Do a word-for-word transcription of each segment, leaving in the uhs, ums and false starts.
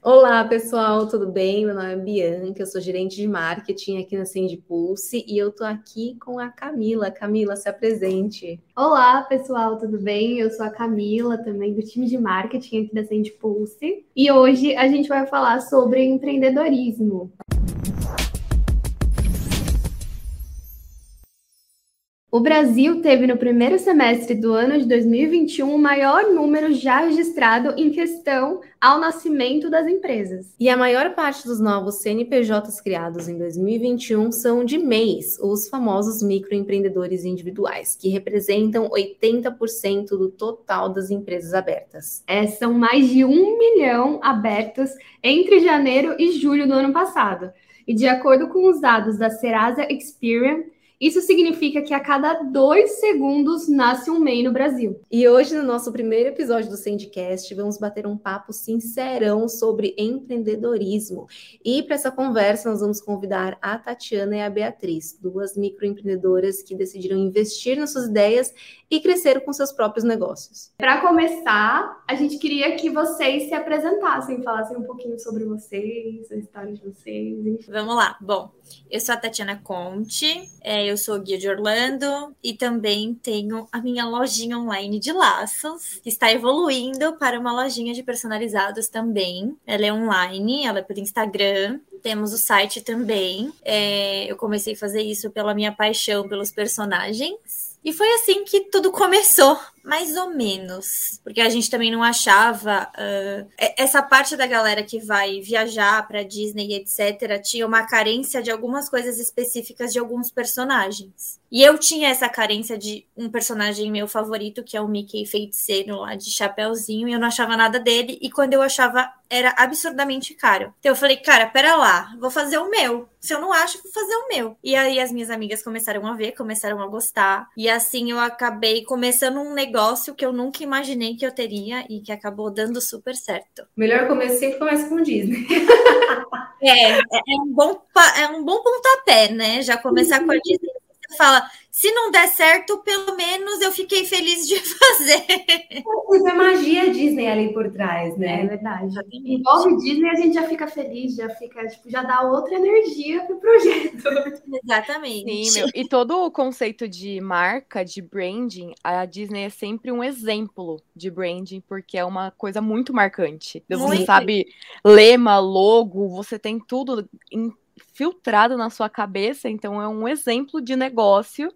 Olá, pessoal, tudo bem? Meu nome é Bianca, eu sou gerente de marketing aqui na Sendpulse e eu tô aqui com a Camila. Camila, se apresente. Olá, pessoal, tudo bem? Eu sou a Camila, também do time de marketing aqui da Sendpulse. E hoje a gente vai falar sobre empreendedorismo. O Brasil teve no primeiro semestre do ano de dois mil e vinte e um o maior número já registrado em questão ao nascimento das empresas. E a maior parte dos novos C N P Js criados em dois mil e vinte e um são de M E Is, os famosos microempreendedores individuais, que representam oitenta por cento do total das empresas abertas. É, são mais de um milhão abertas entre janeiro e julho do ano passado. E de acordo com os dados da Serasa Experian, isso significa que a cada dois segundos nasce um M E I no Brasil. E hoje, no nosso primeiro episódio do Sendcast, vamos bater um papo sincerão sobre empreendedorismo. E para essa conversa, nós vamos convidar a Tatiana e a Beatriz, duas microempreendedoras que decidiram investir nas suas ideias e cresceram com seus próprios negócios. Para começar, a gente queria que vocês se apresentassem, falassem um pouquinho sobre vocês, a história de vocês. Enfim. Vamos lá. Bom, eu sou a Tatiana Conte, é, eu sou guia de Orlando e também tenho a minha lojinha online de laços, que está evoluindo para uma lojinha de personalizados também. Ela é online, ela é pelo Instagram. Temos o site também. É, eu comecei a fazer isso pela minha paixão pelos personagens. E foi assim que tudo começou, mais ou menos. Porque a gente também não achava... Uh, essa parte da galera que vai viajar pra Disney, etcétera, tinha uma carência de algumas coisas específicas de alguns personagens. E eu tinha essa carência de um personagem meu favorito, que é o Mickey Feiticeiro, lá de Chapeuzinho, e eu não achava nada dele. E quando eu achava, era absurdamente caro. Então eu falei, cara, pera lá, vou fazer o meu. Se eu não acho, vou fazer o meu. E aí as minhas amigas começaram a ver, começaram a gostar. E assim eu acabei começando um negócio que eu nunca imaginei que eu teria e que acabou dando super certo. Melhor começo sempre começa com Disney. É, é, é, um bom, é um bom pontapé, né? Já começar com a Disney. Você fala, se não der certo, pelo menos eu fiquei feliz de fazer. Isso é magia Disney ali por trás, né? É verdade. Envolve Disney, a gente já fica feliz, já fica, tipo, já dá outra energia pro projeto. Exatamente. Sim, meu. E todo o conceito de marca, de branding, a Disney é sempre um exemplo de branding, porque é uma coisa muito marcante. Então, você Muito. sabe, lema, logo, você tem tudo em filtrado na sua cabeça, então é um exemplo de negócio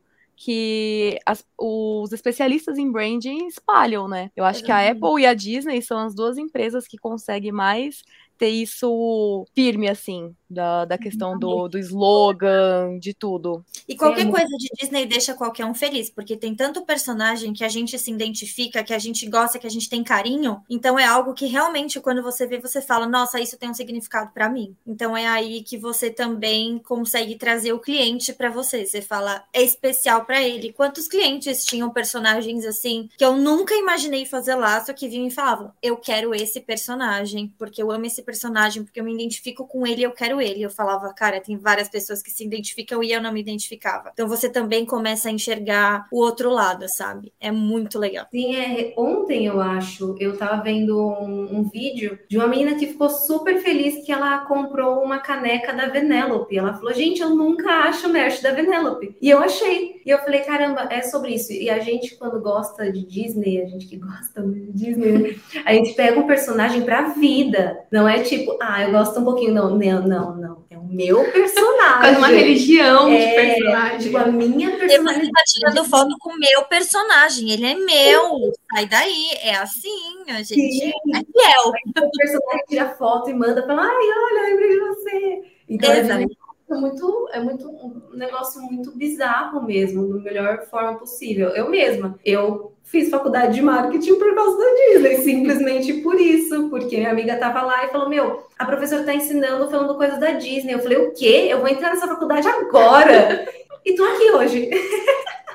que as, os especialistas em branding espalham, né? Eu acho que a Apple e a Disney são as duas empresas que conseguem mais ter isso firme, assim, da, da questão do, do slogan, de tudo. E qualquer coisa de Disney deixa qualquer um feliz, porque tem tanto personagem que a gente se identifica, que a gente gosta, que a gente tem carinho, então é algo que realmente, quando você vê, você fala, nossa, isso tem um significado pra mim. Então é aí que você também consegue trazer o cliente pra você. Você fala, é especial pra ele. Quantos clientes tinham personagens assim, que eu nunca imaginei fazer laço, que vinham e falavam, eu quero esse personagem, porque eu amo esse personagem, porque eu me identifico com ele e eu quero ele. Eu falava, cara, tem várias pessoas que se identificam e eu não me identificava. Então você também começa a enxergar o outro lado, sabe? É muito legal. Sim, é, ontem eu acho, eu tava vendo um, um vídeo de uma menina que ficou super feliz que ela comprou uma caneca da Vanellope. Ela falou, gente, eu nunca acho merch da Vanellope. E eu achei. E eu falei, caramba, é sobre isso. E a gente, quando gosta de Disney, a gente que gosta muito de Disney, a gente pega um personagem pra vida. Não é tipo, ah, eu gosto um pouquinho. Não, não, não, não. É o meu personagem. Faz uma religião é, de personagem. Tipo, a minha E personalidade. você tá tirando foto com o meu personagem. Ele é meu. Sai daí. É assim. A gente Sim. é fiel. O personagem tira foto e manda falar, ai, olha, lembrei de você. Então é muito, é muito um negócio muito bizarro mesmo, da melhor forma possível. Eu mesma, eu fiz faculdade de marketing por causa da Disney, simplesmente por isso, porque minha amiga tava lá e falou, meu, a professora tá ensinando, falando coisas da Disney. Eu falei, o quê? Eu vou entrar nessa faculdade agora. E tô aqui hoje.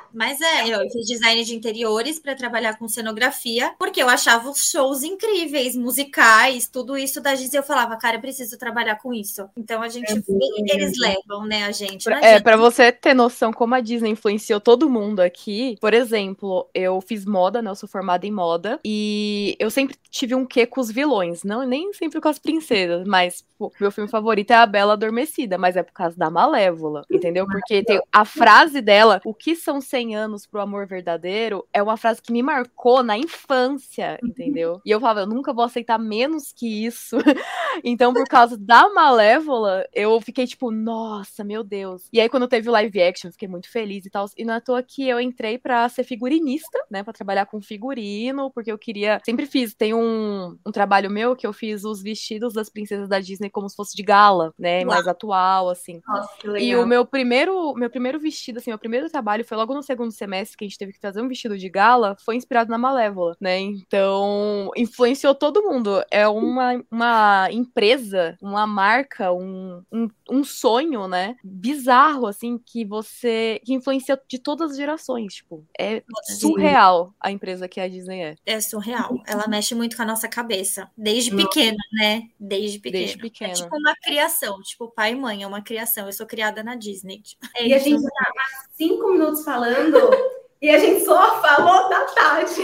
Mas é, eu fiz design de interiores para trabalhar com cenografia, porque eu achava os shows incríveis, musicais, tudo isso da Disney. Eu falava, cara, eu preciso trabalhar com isso. Então a gente, eles levam, né, a gente. Não É, adianta. pra você ter noção como a Disney influenciou todo mundo aqui, por exemplo, eu fiz moda, né? Eu sou formada em moda, e eu sempre tive um quê com os vilões, não nem sempre com as princesas, mas pô, meu filme favorito é A Bela Adormecida, mas é por causa da Malévola, entendeu? Porque tem a frase dela, o que são cem anos pro amor verdadeiro, é uma frase que me marcou na infância, entendeu? E eu falava, eu nunca vou aceitar menos que isso. Então, por causa da Malévola, eu fiquei tipo, nossa, meu Deus. E aí, quando teve o live action, fiquei muito feliz e tal. E não é à toa que eu entrei pra ser figurinista, né? Pra trabalhar com figurino, porque eu queria. Sempre fiz. Tem um, um trabalho meu que eu fiz os vestidos das princesas da Disney como se fosse de gala, né? Uau. Mais atual, assim. Nossa, que legal. E o meu primeiro, meu primeiro vestido, assim, meu primeiro trabalho foi logo no segundo semestre que a gente teve que fazer um vestido de gala, foi inspirado na Malévola, né? Então, influenciou todo mundo. É uma, uma empresa, uma marca, um, um, um sonho, né? Bizarro, assim, que você. Que influencia de todas as gerações. Tipo, é surreal a empresa que a Disney é. É surreal. Ela mexe muito com a nossa cabeça. Desde pequena, né? Desde pequena. Desde pequena. É tipo uma criação. Tipo, pai e mãe é uma criação. Eu sou criada na Disney. É, e a gente tá há cinco minutos falando e a gente só falou da Tati.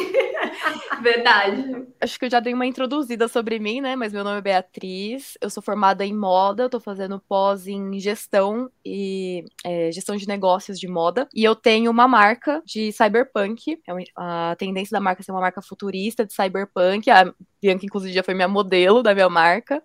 Verdade. Acho que eu já dei uma introduzida sobre mim, né? Mas meu nome é Beatriz, eu sou formada em moda, eu tô fazendo pós em gestão e é, gestão de negócios de moda. E eu tenho uma marca de cyberpunk. A tendência da marca é ser uma marca futurista de cyberpunk. A Bianca, inclusive, já foi minha modelo da minha marca.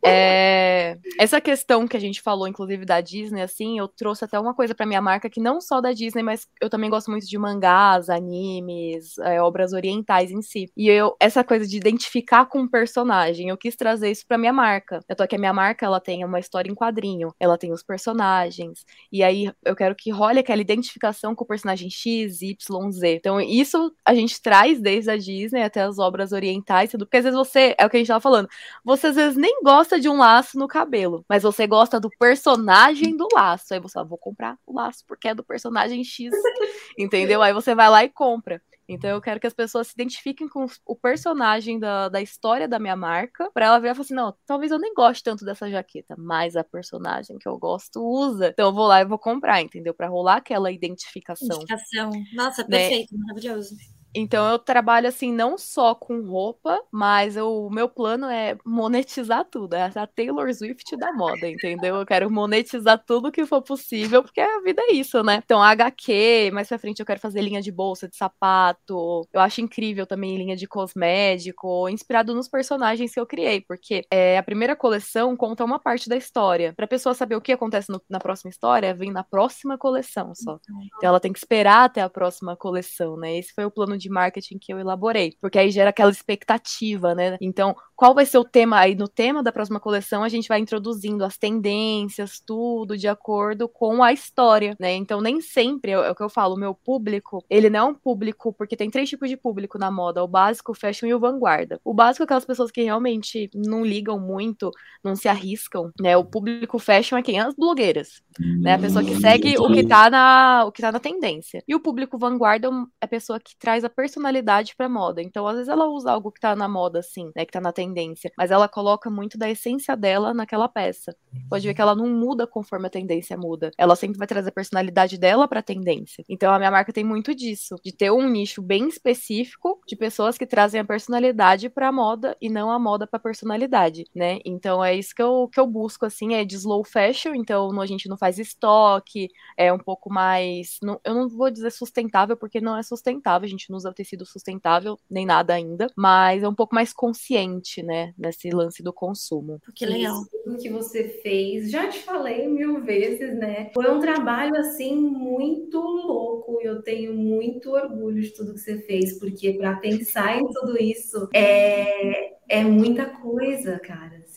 É, essa questão que a gente falou, inclusive, da Disney, assim, eu trouxe até uma coisa pra minha marca que não só da Disney, mas eu também gosto muito de mangás, animes, é, obras orientais em si. E eu, essa coisa de identificar com um personagem, eu quis trazer isso pra minha marca. Eu tô aqui, a minha marca, ela tem uma história em quadrinho, ela tem os personagens, e aí eu quero que role aquela identificação com o personagem X, Y, Z. Então isso a gente traz desde a Disney até as obras orientais, tudo, porque às vezes você, é o que a gente tava falando, você às vezes nem gosta de um laço no cabelo, mas você gosta do personagem do laço, aí você fala, vou comprar o laço porque é do personagem X, entendeu? Aí você vai lá e compra. Então eu quero que as pessoas se identifiquem com o personagem da, da história da minha marca, pra ela ver e falar assim, não, talvez eu nem goste tanto dessa jaqueta, mas a personagem que eu gosto usa, então eu vou lá e vou comprar, entendeu? Pra rolar aquela identificação. Identificação. Nossa, né? perfeito, maravilhoso. Então eu trabalho assim não só com roupa, mas eu, o meu plano é monetizar tudo. É a Taylor Swift da moda, entendeu? Eu quero monetizar tudo que for possível, porque a vida é isso, né? Então H Q, mais pra frente eu quero fazer linha de bolsa, de sapato. Eu acho incrível também linha de cosmético, inspirado nos personagens que eu criei, porque é, a primeira coleção conta uma parte da história. Pra pessoa saber o que acontece no, na próxima história, vem na próxima coleção só. Então ela tem que esperar até a próxima coleção, né? Esse foi o plano de marketing que eu elaborei, porque aí gera aquela expectativa, né? Então, qual vai ser o tema? Aí no tema da próxima coleção a gente vai introduzindo as tendências, tudo de acordo com a história, né? Então, nem sempre, é o que eu falo, o meu público, ele não é um público, porque tem três tipos de público na moda, o básico, o fashion e o vanguarda. O básico é aquelas pessoas que realmente não ligam muito, não se arriscam, né? O público fashion é quem? As blogueiras, né? A pessoa que segue o que tá na, o que tá na tendência. E o público vanguarda é a pessoa que traz a personalidade pra moda. Então, às vezes ela usa algo que tá na moda, assim, né? Que tá na tendência. Mas ela coloca muito da essência dela naquela peça. Pode ver que ela não muda conforme a tendência muda. Ela sempre vai trazer a personalidade dela pra tendência. Então, a minha marca tem muito disso. De ter um nicho bem específico de pessoas que trazem a personalidade pra moda e não a moda pra personalidade, né? Então, é isso que eu, que eu busco, assim, é de slow fashion. Então, a gente não faz estoque, é um pouco mais... Não, eu não vou dizer sustentável, porque não é sustentável. A gente não usa tecido sustentável, nem nada ainda, mas é um pouco mais consciente, né, nesse lance do consumo. Que legal. Tudo que você fez, já te falei mil vezes, né? Foi um trabalho, assim, muito louco. Eu tenho muito orgulho de tudo que você fez, porque para pensar em tudo isso é, é muita coisa, cara.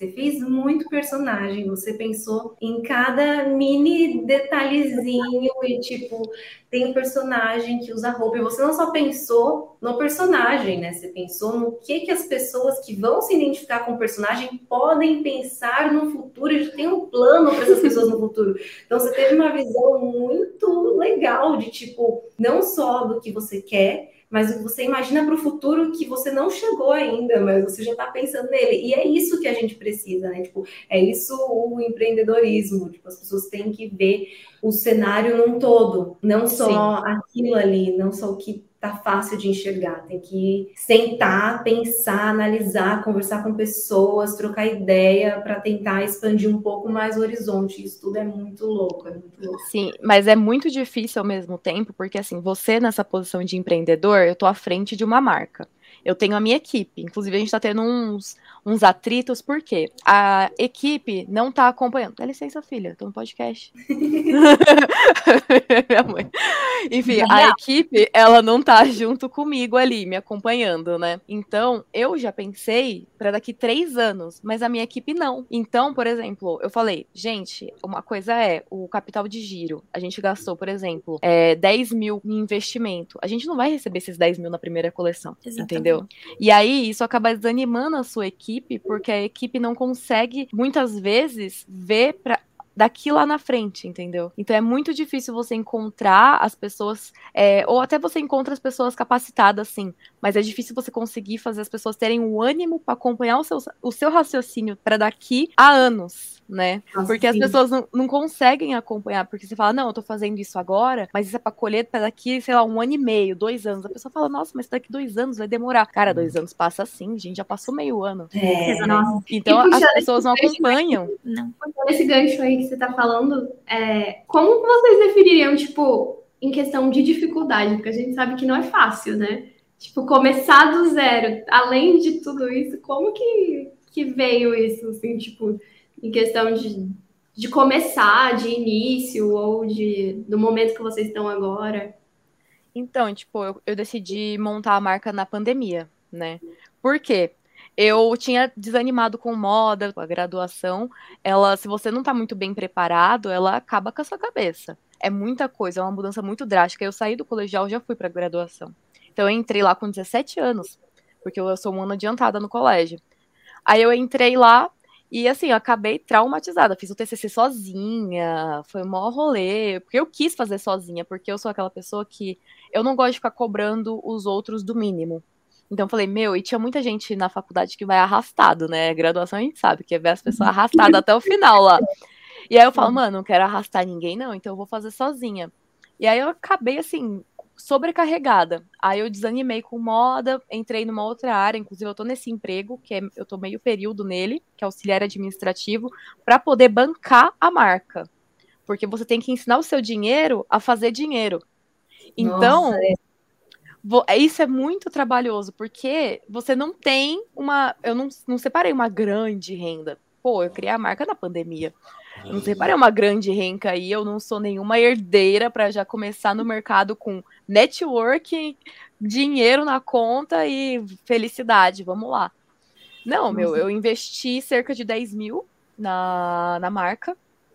Você fez muito personagem, você pensou em cada mini detalhezinho e, tipo, tem um personagem que usa roupa e você não só pensou no personagem, né? Você pensou no que, que as pessoas que vão se identificar com o personagem podem pensar no futuro e tem um plano para essas pessoas no futuro. Então, você teve uma visão muito legal de, tipo, não só do que você quer, mas o que você imagina para o futuro que você não chegou ainda, mas você já está pensando nele. E é isso que a gente precisa, né? Tipo, é isso o empreendedorismo. Tipo, as pessoas têm que ver o cenário num todo, não só Sim. aquilo ali, não só o que tá fácil de enxergar. Tem que sentar, pensar, analisar, conversar com pessoas, trocar ideia para tentar expandir um pouco mais o horizonte. Isso tudo é muito louco, é muito louco. Sim, mas é muito difícil ao mesmo tempo, porque assim, você nessa posição de empreendedor, eu tô à frente de uma marca. Eu tenho a minha equipe, inclusive a gente tá tendo uns, uns atritos, porque a equipe não tá acompanhando. Dá licença, filha, tô no podcast. Minha mãe. Enfim, a equipe, ela não tá junto comigo ali, me acompanhando, né? Então, eu já pensei para daqui três anos, mas a minha equipe não. Então, por exemplo, eu falei, gente, uma coisa é o capital de giro. A gente gastou, por exemplo, é, dez mil em investimento. A gente não vai receber esses dez mil na primeira coleção, Exatamente. Entendeu? E aí, isso acaba desanimando a sua equipe, porque a equipe não consegue, muitas vezes, ver pra daqui lá na frente, entendeu? Então é muito difícil você encontrar as pessoas, é, ou até você encontra as pessoas capacitadas, sim, mas é difícil você conseguir fazer as pessoas terem o ânimo para acompanhar o seu, o seu raciocínio para daqui a anos, né? Nossa, porque sim. As pessoas não, não conseguem acompanhar, porque você fala, não, eu tô fazendo isso agora, mas isso é pra colher para daqui, sei lá, um ano e meio, dois anos. A pessoa fala, nossa, mas daqui dois anos vai demorar. Cara, dois anos passa assim, gente, já passou meio ano. É, né? Então as pessoas não acompanham. Não. Esse gancho aí que você tá falando, é, como vocês definiriam, tipo, em questão de dificuldade? Porque a gente sabe que não é fácil, né? Tipo, começar do zero, além de tudo isso, como que, que veio isso, assim, tipo, em questão de, de começar, de início, ou de, do momento que vocês estão agora? Então, tipo, eu, eu decidi montar a marca na pandemia, né? Por quê? Eu tinha desanimado com moda, com a graduação. Ela, se você não tá muito bem preparado, ela acaba com a sua cabeça. É muita coisa, é uma mudança muito drástica. Eu saí do colegial, já fui pra graduação. Então eu entrei lá com dezessete anos, porque eu sou um ano adiantada no colégio. Aí eu entrei lá e, assim, eu acabei traumatizada. Fiz o T C C sozinha, foi o maior rolê. Porque eu quis fazer sozinha, porque eu sou aquela pessoa que eu não gosto de ficar cobrando os outros do mínimo. Então eu falei, meu, e tinha muita gente na faculdade que vai arrastado, né? Graduação a gente sabe, que é ver as pessoas arrastadas até o final lá. E aí eu falo, mano, não quero arrastar ninguém, não, então eu vou fazer sozinha. E aí eu acabei, assim, sobrecarregada. Aí eu desanimei com moda, entrei numa outra área, inclusive eu tô nesse emprego, que é, eu tô meio período nele, que é auxiliar administrativo, para poder bancar a marca. Porque você tem que ensinar o seu dinheiro a fazer dinheiro. Então, Nossa, é. isso é muito trabalhoso, porque você não tem uma... Eu não, não separei uma grande renda. Pô, eu criei a marca na pandemia. Eu não separei uma grande renda aí, eu não sou nenhuma herdeira para já começar no mercado com network, dinheiro na conta e felicidade, vamos lá. Não, Nossa. meu, eu investi cerca de dez mil na, na marca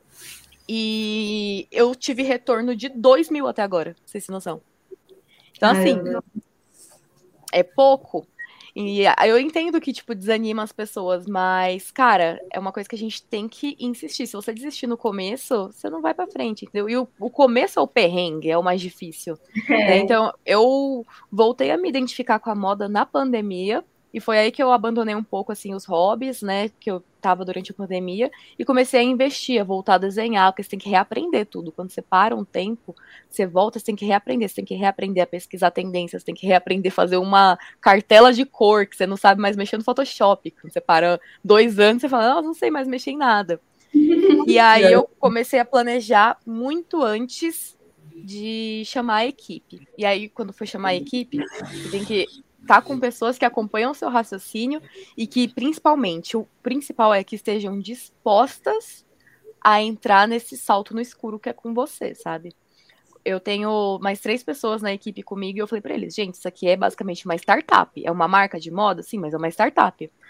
e eu tive retorno de dois mil até agora, pra vocês terem noção. Então, assim, Ai, é pouco. E eu entendo que, tipo, desanima as pessoas, mas, cara, é uma coisa que a gente tem que insistir. Se você desistir no começo, você não vai pra frente, entendeu? E o, o começo é o perrengue, é o mais difícil. É. Né? Então, eu voltei a me identificar com a moda na pandemia, e foi aí que eu abandonei um pouco, assim, os hobbies, né, que eu tava durante a pandemia, e comecei a investir, a voltar a desenhar, porque você tem que reaprender tudo. Quando você para um tempo, você volta, você tem que reaprender, você tem que reaprender a pesquisar tendências, você tem que reaprender a fazer uma cartela de cor, que você não sabe mais mexer no Photoshop. Quando você para dois anos, você fala, não sei mais mexer em nada. E aí eu comecei a planejar muito antes de chamar a equipe. E aí, quando for chamar a equipe, você tem que tá com pessoas que acompanham o seu raciocínio e que, principalmente, o principal é que estejam dispostas a entrar nesse salto no escuro que é com você, sabe? Eu tenho mais três pessoas na equipe comigo e eu falei pra eles, gente, isso aqui é basicamente uma startup. É uma marca de moda? Sim, mas é uma startup.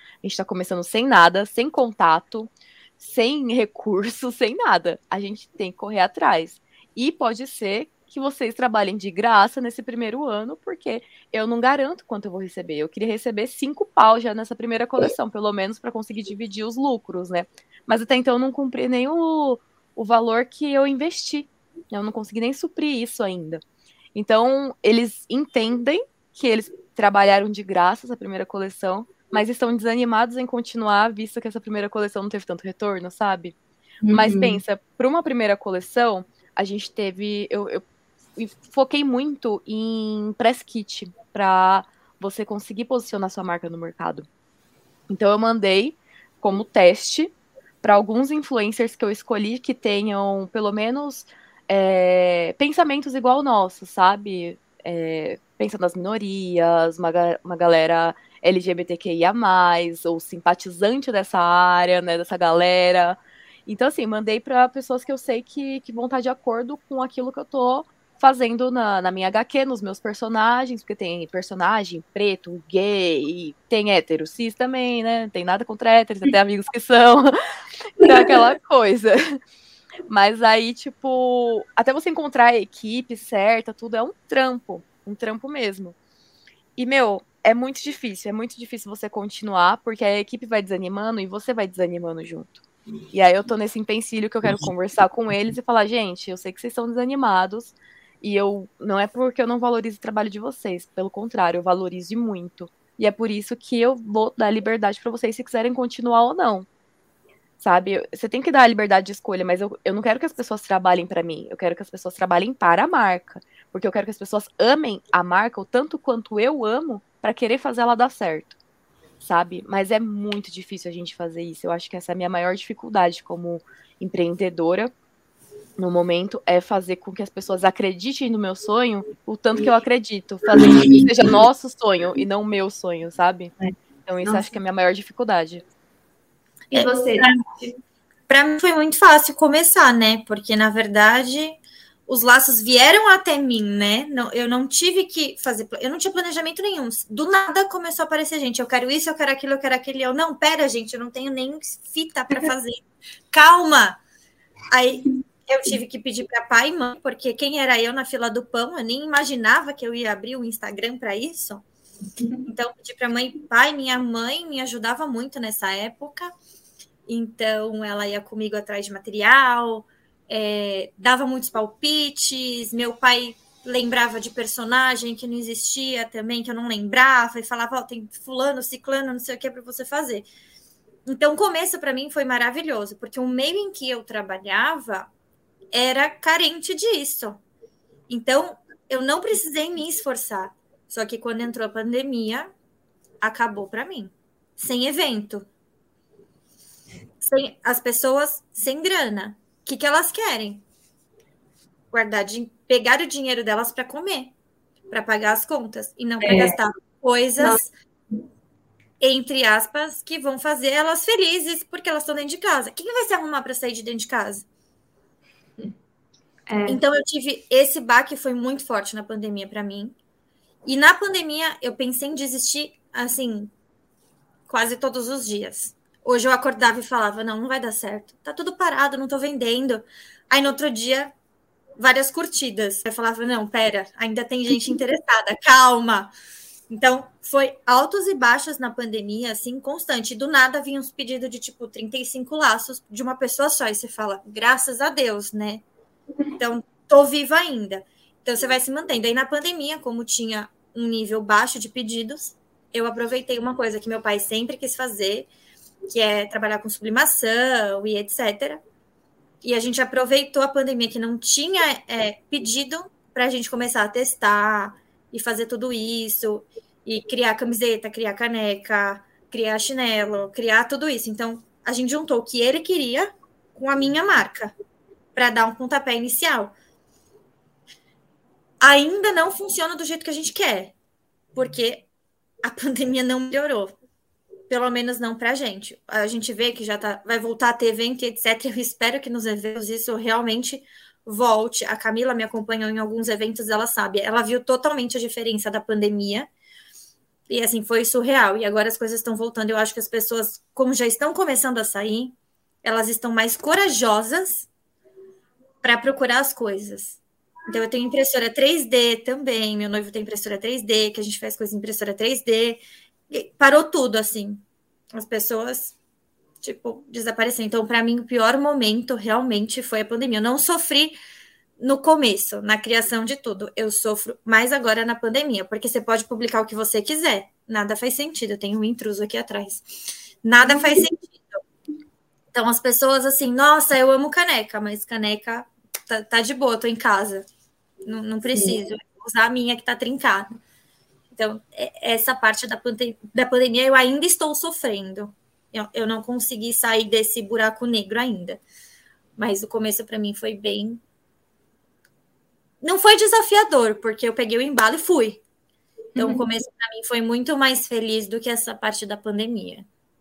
A gente tá começando sem nada, sem contato, sem recurso, sem nada. A gente tem que correr atrás. E pode ser que vocês trabalhem de graça nesse primeiro ano, porque eu não garanto quanto eu vou receber. Eu queria receber cinco pau já nessa primeira coleção, pelo menos para conseguir dividir os lucros, né? Mas até então eu não cumpri nem o, o valor que eu investi. Eu não consegui nem suprir isso ainda. Então, eles entendem que eles trabalharam de graça essa primeira coleção, mas estão desanimados em continuar, visto que essa primeira coleção não teve tanto retorno, sabe? Uhum. Mas pensa, para uma primeira coleção, a gente teve... Eu, eu foquei muito em press kit, para você conseguir posicionar sua marca no mercado. Então, eu mandei como teste para alguns influencers que eu escolhi que tenham, pelo menos, é, pensamentos igual ao nosso, sabe? É, pensa nas minorias, uma, uma galera L G B T Q I A mais, ou simpatizante dessa área, né, dessa galera. Então, assim, mandei para pessoas que eu sei que, que vão estar de acordo com aquilo que eu tô fazendo na, na minha H Q, nos meus personagens, porque tem personagem preto, gay, tem hétero, cis também, né? Tem nada contra héteros, até amigos que são. Então, aquela coisa. Mas aí, tipo, até você encontrar a equipe certa, tudo é um trampo, um trampo mesmo. E, meu, é muito difícil, é muito difícil você continuar, porque a equipe vai desanimando e você vai desanimando junto. E aí eu tô nesse empecilho que eu quero conversar com eles e falar, gente, eu sei que vocês estão desanimados, e eu não é porque eu não valorizo o trabalho de vocês, pelo contrário, eu valorizo muito. E é por isso que eu vou dar liberdade para vocês se quiserem continuar ou não. Sabe? Você tem que dar a liberdade de escolha, mas eu, eu não quero que as pessoas trabalhem para mim, eu quero que as pessoas trabalhem para a marca, porque eu quero que as pessoas amem a marca o tanto quanto eu amo para querer fazer ela dar certo, sabe? Mas é muito difícil a gente fazer isso. Eu acho que essa é a minha maior dificuldade como empreendedora no momento, é fazer com que as pessoas acreditem no meu sonho o tanto que eu acredito, fazer com que seja nosso sonho e não o meu sonho, sabe? Então isso acho que é a minha maior dificuldade. E você? Para mim foi muito fácil começar, né? Porque, na verdade, os laços vieram até mim, né? Não, eu não tive que fazer... Eu não tinha planejamento nenhum. Do nada começou a aparecer gente. Eu quero isso, eu quero aquilo, eu quero aquele. Eu, não, pera, gente, eu não tenho nem fita para fazer. Calma! Aí eu tive que pedir para pai e mãe, porque quem era eu na fila do pão? Eu nem imaginava que eu ia abrir o Instagram para isso. Então, pedi para mãe e pai. Minha mãe me ajudava muito nessa época. Então, ela ia comigo atrás de material, é, dava muitos palpites. Meu pai lembrava de personagem que não existia também, que eu não lembrava, e falava, ó, oh, tem fulano, ciclano, não sei o que para você fazer. Então, o começo para mim foi maravilhoso, porque o meio em que eu trabalhava era carente disso. Então, eu não precisei me esforçar. Só que quando entrou a pandemia, acabou para mim. Sem evento. Sem, as pessoas sem grana. O que, que elas querem? Guardar, pegar o dinheiro delas para comer, para pagar as contas, e não para é. gastar coisas, não. entre aspas, que vão fazer elas felizes porque elas estão dentro de casa. Quem vai se arrumar para sair de dentro de casa? É. Então, eu tive esse baque, foi muito forte na pandemia para mim. E na pandemia, eu pensei em desistir, assim, quase todos os dias. Hoje eu acordava e falava, não, não vai dar certo. Tá tudo parado, não tô vendendo. Aí no outro dia, várias curtidas. Eu falava, não, pera, ainda tem gente interessada, calma. Então, foi altos e baixos na pandemia, assim, constante. Do nada vinha uns pedidos de, tipo, trinta e cinco laços de uma pessoa só. E você fala, graças a Deus, né? Então, tô viva ainda. Então, você vai se mantendo. Aí na pandemia, como tinha um nível baixo de pedidos, eu aproveitei uma coisa que meu pai sempre quis fazer, que é trabalhar com sublimação e etcétera. E a gente aproveitou a pandemia que não tinha é, pedido para a gente começar a testar e fazer tudo isso, e criar camiseta, criar caneca, criar chinelo, criar tudo isso. Então, a gente juntou o que ele queria com a minha marca para dar um pontapé inicial. Ainda não funciona do jeito que a gente quer, porque a pandemia não melhorou. Pelo menos não para a gente. A gente vê que já tá, vai voltar a ter evento, etcétera. Eu espero que nos eventos isso realmente volte. A Camila me acompanhou em alguns eventos, ela sabe. Ela viu totalmente a diferença da pandemia. E assim, foi surreal. E agora as coisas estão voltando. Eu acho que as pessoas, como já estão começando a sair, elas estão mais corajosas para procurar as coisas. Então, eu tenho impressora três D também. Meu noivo tem impressora três D, que a gente faz coisa em impressora três D. E parou tudo, assim. As pessoas, tipo, desapareceram. Então, para mim, o pior momento realmente foi a pandemia. Eu não sofri no começo, na criação de tudo. Eu sofro mais agora na pandemia, porque você pode publicar o que você quiser. Nada faz sentido. Eu tenho um intruso aqui atrás. Nada faz sentido. Então, as pessoas assim, nossa, eu amo caneca, mas caneca tá, tá de boa, tô em casa. Não, não preciso Sim. usar a minha que tá trincada. Então, essa parte da, pandem- da pandemia eu ainda estou sofrendo. Eu, eu não consegui sair desse buraco negro ainda. Mas o começo para mim foi bem... Não foi desafiador, porque eu peguei o embalo e fui. Então, uhum. o começo para mim foi muito mais feliz do que essa parte da pandemia.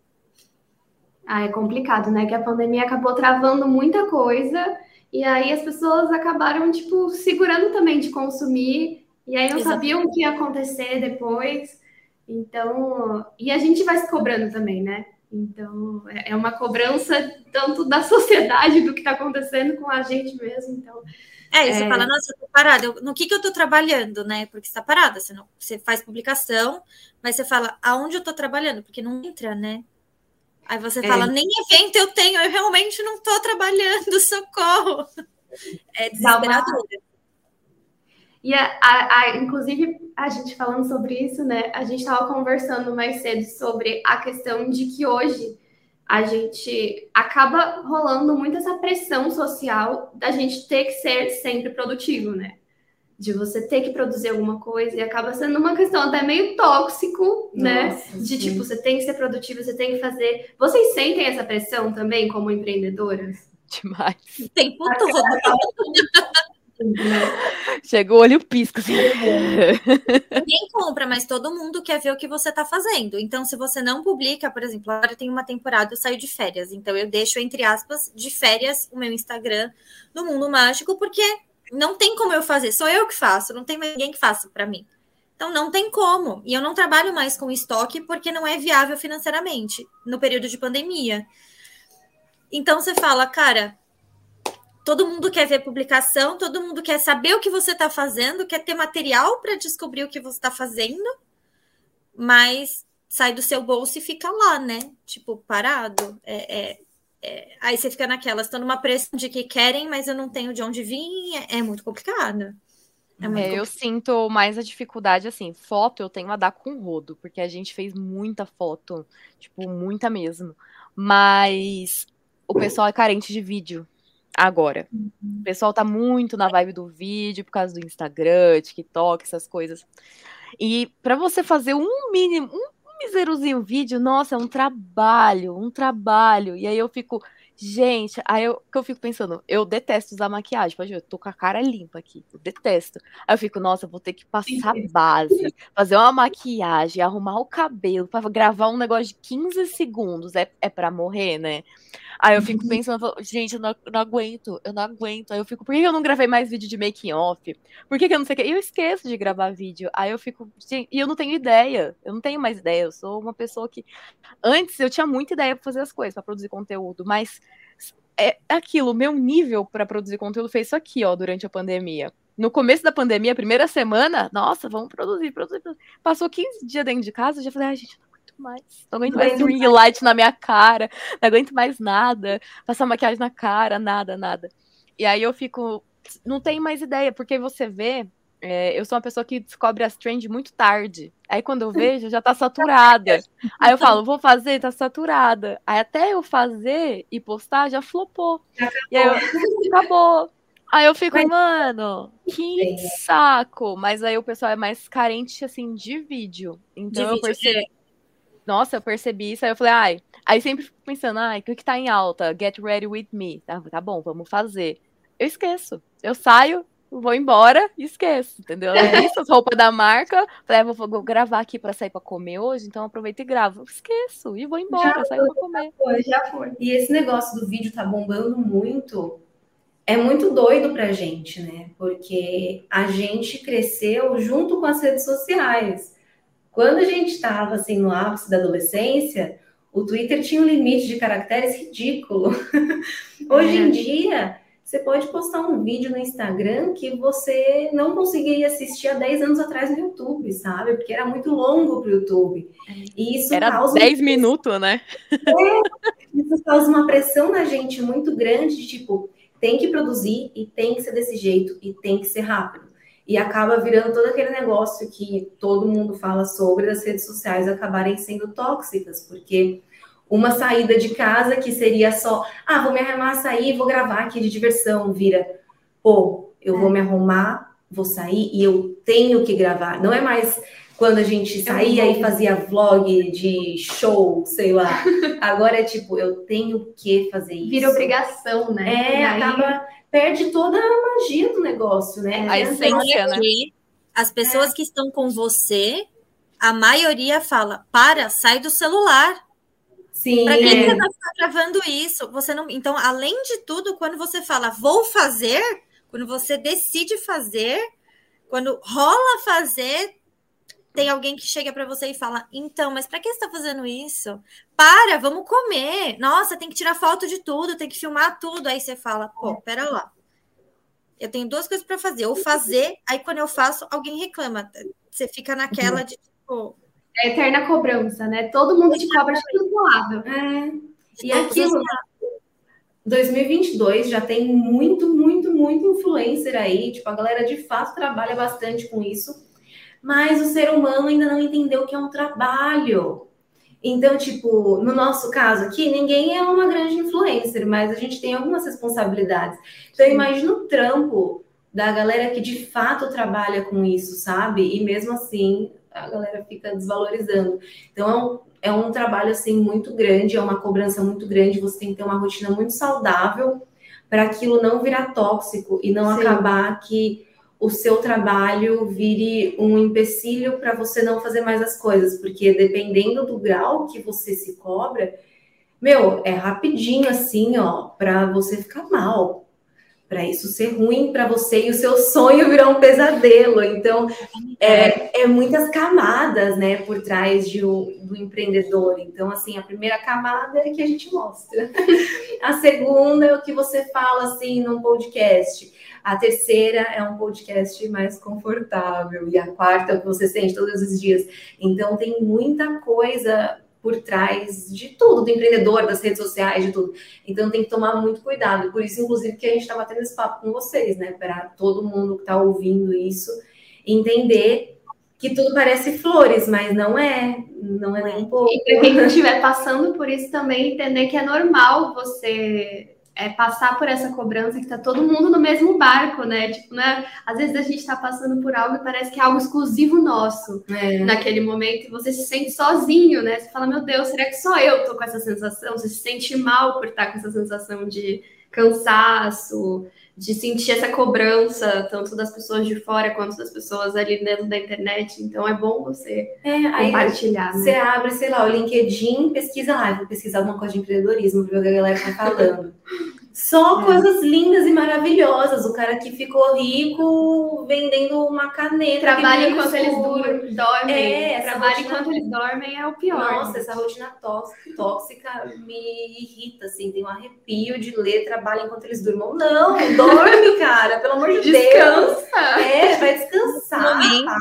Ah, é complicado, né? Que a pandemia acabou travando muita coisa e aí as pessoas acabaram, tipo, segurando também de consumir e aí não Exatamente. sabiam o que ia acontecer depois. Então, e a gente vai se cobrando também, né? Então, é uma cobrança tanto da sociedade do que está acontecendo com a gente mesmo. Então, é, e você é... fala, nossa, eu tô parada. Eu, no que que eu tô trabalhando, né? Porque você tá parada. Você, não, você faz publicação, mas você fala, aonde eu tô trabalhando? Porque não entra, né? Aí você é. fala, nem evento eu tenho, eu realmente não tô trabalhando, socorro. É desesperador. E, a, a, a, inclusive, a gente falando sobre isso, né? A gente estava conversando mais cedo sobre a questão de que hoje a gente acaba rolando muito essa pressão social da gente ter que ser sempre produtivo, né? De você ter que produzir alguma coisa e acaba sendo uma questão até meio tóxico, Nossa, né? De sim. tipo, você tem que ser produtivo, você tem que fazer... Vocês sentem essa pressão também como empreendedoras? Demais. O tempo todo. Chega o olho pisco. Assim. Ninguém compra, mas todo mundo quer ver o que você está fazendo. Então, se você não publica, por exemplo, agora tem uma temporada, eu saio de férias. Então, eu deixo, entre aspas, de férias o meu Instagram no Mundo Mágico, porque não tem como eu fazer. Sou eu que faço, não tem mais ninguém que faça para mim. Então, não tem como. E eu não trabalho mais com estoque porque não é viável financeiramente no período de pandemia. Então, você fala, cara... Todo mundo quer ver publicação, todo mundo quer saber o que você está fazendo, quer ter material para descobrir o que você está fazendo, mas sai do seu bolso e fica lá, né? Tipo, parado. É, é, é... Aí você fica naquela, estão numa pressão de que querem, mas eu não tenho de onde vir, é, é muito complicado. É muito é, complicado. Eu sinto mais a dificuldade, assim, foto eu tenho a dar com rodo, porque a gente fez muita foto, tipo, muita mesmo. Mas o pessoal é carente de vídeo. Agora, uhum. o pessoal tá muito na vibe do vídeo por causa do Instagram, TikTok, essas coisas. E para você fazer um mínimo, um miserozinho vídeo, nossa, é um trabalho, um trabalho. E aí eu fico, gente, aí eu, que eu fico pensando, eu detesto usar maquiagem, pode ver, eu tô com a cara limpa aqui, eu detesto. Aí eu fico, nossa, eu vou ter que passar base, fazer uma maquiagem, arrumar o cabelo, para gravar um negócio de quinze segundos, é, é para morrer, né? Aí eu fico pensando, gente, eu não, não aguento, eu não aguento. Aí eu fico, por que eu não gravei mais vídeo de making off? Por que, que eu não sei o que? E eu esqueço de gravar vídeo. Aí eu fico, gente, e eu não tenho ideia, eu não tenho mais ideia. Eu sou uma pessoa que, antes eu tinha muita ideia pra fazer as coisas, pra produzir conteúdo, mas é aquilo, o meu nível pra produzir conteúdo foi isso aqui, ó, durante a pandemia. No começo da pandemia, a primeira semana, nossa, vamos produzir, produzir, produzir. Passou quinze dias dentro de casa, eu já falei, ai, gente, mais. Não aguento mais ring light na minha cara, não aguento mais nada, passar maquiagem na cara, nada, nada. E aí eu fico, não tenho mais ideia, porque você vê, é, eu sou uma pessoa que descobre as trends muito tarde. Aí quando eu vejo, já tá saturada. Aí eu falo, vou fazer, tá saturada. Aí até eu fazer e postar, já flopou. Acabou. E aí eu, acabou. Aí eu fico, mas... mano, que saco. Mas aí o pessoal é mais carente, assim, de vídeo. Então de eu vídeo, percebi. É. Nossa, eu percebi isso, aí eu falei, ai, aí sempre fico pensando, ai, o que que tá em alta? Get ready with me. Tá, tá bom, vamos fazer. Eu esqueço. Eu saio, vou embora e esqueço, entendeu? Eu visto as roupas da marca, falei, ah, vou, vou gravar aqui pra sair pra comer hoje, então aproveito e gravo. Eu esqueço e vou embora, saio pra comer. Já foi, já foi. E esse negócio do vídeo tá bombando muito. É muito doido pra gente, né? Porque a gente cresceu junto com as redes sociais. Quando a gente estava assim no ápice da adolescência, o Twitter tinha um limite de caracteres ridículo. Hoje em dia, você pode postar um vídeo no Instagram que você não conseguiria assistir há dez anos atrás no YouTube, sabe? Porque era muito longo para o YouTube. E isso Era causa dez minutos, né? É, isso causa uma pressão na gente muito grande de tipo, tem que produzir e tem que ser desse jeito e tem que ser rápido. E acaba virando todo aquele negócio que todo mundo fala sobre das redes sociais acabarem sendo tóxicas, porque uma saída de casa que seria só, ah, vou me arrumar, sair, vou gravar aqui de diversão, vira, pô, eu é. vou me arrumar, vou sair e eu tenho que gravar. Não é mais quando a gente saía e fazia vlog de show, sei lá. Agora é tipo, eu tenho que fazer isso. Vira obrigação, né? É, aí... acaba, perde toda a magia do negócio, né? A essência, né? As pessoas é. que estão com você, a maioria fala, para, sai do celular. Sim. Para que você vai ficar gravando isso? Você não... Então, além de tudo, quando você fala, vou fazer, quando você decide fazer, quando rola fazer, tem alguém que chega para você e fala, então, mas para que você está fazendo isso? Para, vamos comer. Nossa, tem que tirar foto de tudo, tem que filmar tudo. Aí você fala, pô, pera lá. Eu tenho duas coisas para fazer. Ou fazer, aí quando eu faço, alguém reclama. Você fica naquela de, tipo... É eterna cobrança, né? Todo mundo te cobra de todo lado. É. E aquilo... dois mil e vinte e dois já tem muito, muito, muito influencer aí. Tipo, a galera de fato trabalha bastante com isso. Mas o ser humano ainda não entendeu o que é um trabalho. Então, tipo, no nosso caso aqui, ninguém é uma grande influencer, mas a gente tem algumas responsabilidades. Então, imagina o trampo da galera que de fato trabalha com isso, sabe? E mesmo assim, a galera fica desvalorizando. Então, é um, é um trabalho, assim, muito grande, é uma cobrança muito grande, você tem que ter uma rotina muito saudável para aquilo não virar tóxico e não Sim. acabar que... o seu trabalho vire um empecilho para você não fazer mais as coisas, porque dependendo do grau que você se cobra, meu, é rapidinho assim, ó, para você ficar mal, para isso ser ruim para você e o seu sonho virar um pesadelo. Então, é, é muitas camadas, né, por trás de, do empreendedor. Então, assim, a primeira camada é que a gente mostra. A segunda é o que você fala, assim, num podcast. A terceira é um podcast mais confortável. E a quarta é o que você sente todos os dias. Então, tem muita coisa por trás de tudo, do empreendedor, das redes sociais, de tudo. Então, tem que tomar muito cuidado. Por isso, inclusive, que a gente está batendo esse papo com vocês, né? Para todo mundo que está ouvindo isso entender que tudo parece flores, mas não é. Não é nem um pouco. E para quem estiver passando por isso também, entender que é normal você... É passar por essa cobrança que tá todo mundo no mesmo barco, né? Tipo, né? Às vezes a gente tá passando por algo e parece que é algo exclusivo nosso é. naquele momento e você se sente sozinho, né? Você fala, meu Deus, será que só eu tô com essa sensação? Você se sente mal por estar com essa sensação de cansaço, de sentir essa cobrança, tanto das pessoas de fora quanto das pessoas ali dentro da internet. Então é bom você é, compartilhar. Aí, né? Você abre, sei lá, o LinkedIn, pesquisa lá, vou pesquisar alguma coisa de empreendedorismo, ver o que a galera tá falando. Só é. coisas lindas e maravilhosas. O cara que ficou rico vendendo uma caneta. Trabalha enquanto eles dormem. É, Trabalha rotina... enquanto eles dormem é o pior. Nossa, essa rotina tóxica, tóxica me irrita, assim. Tem um arrepio de ler trabalha enquanto eles dormem. Não, dorme, cara. Pelo amor de Descansa. Deus. É, vai descansar.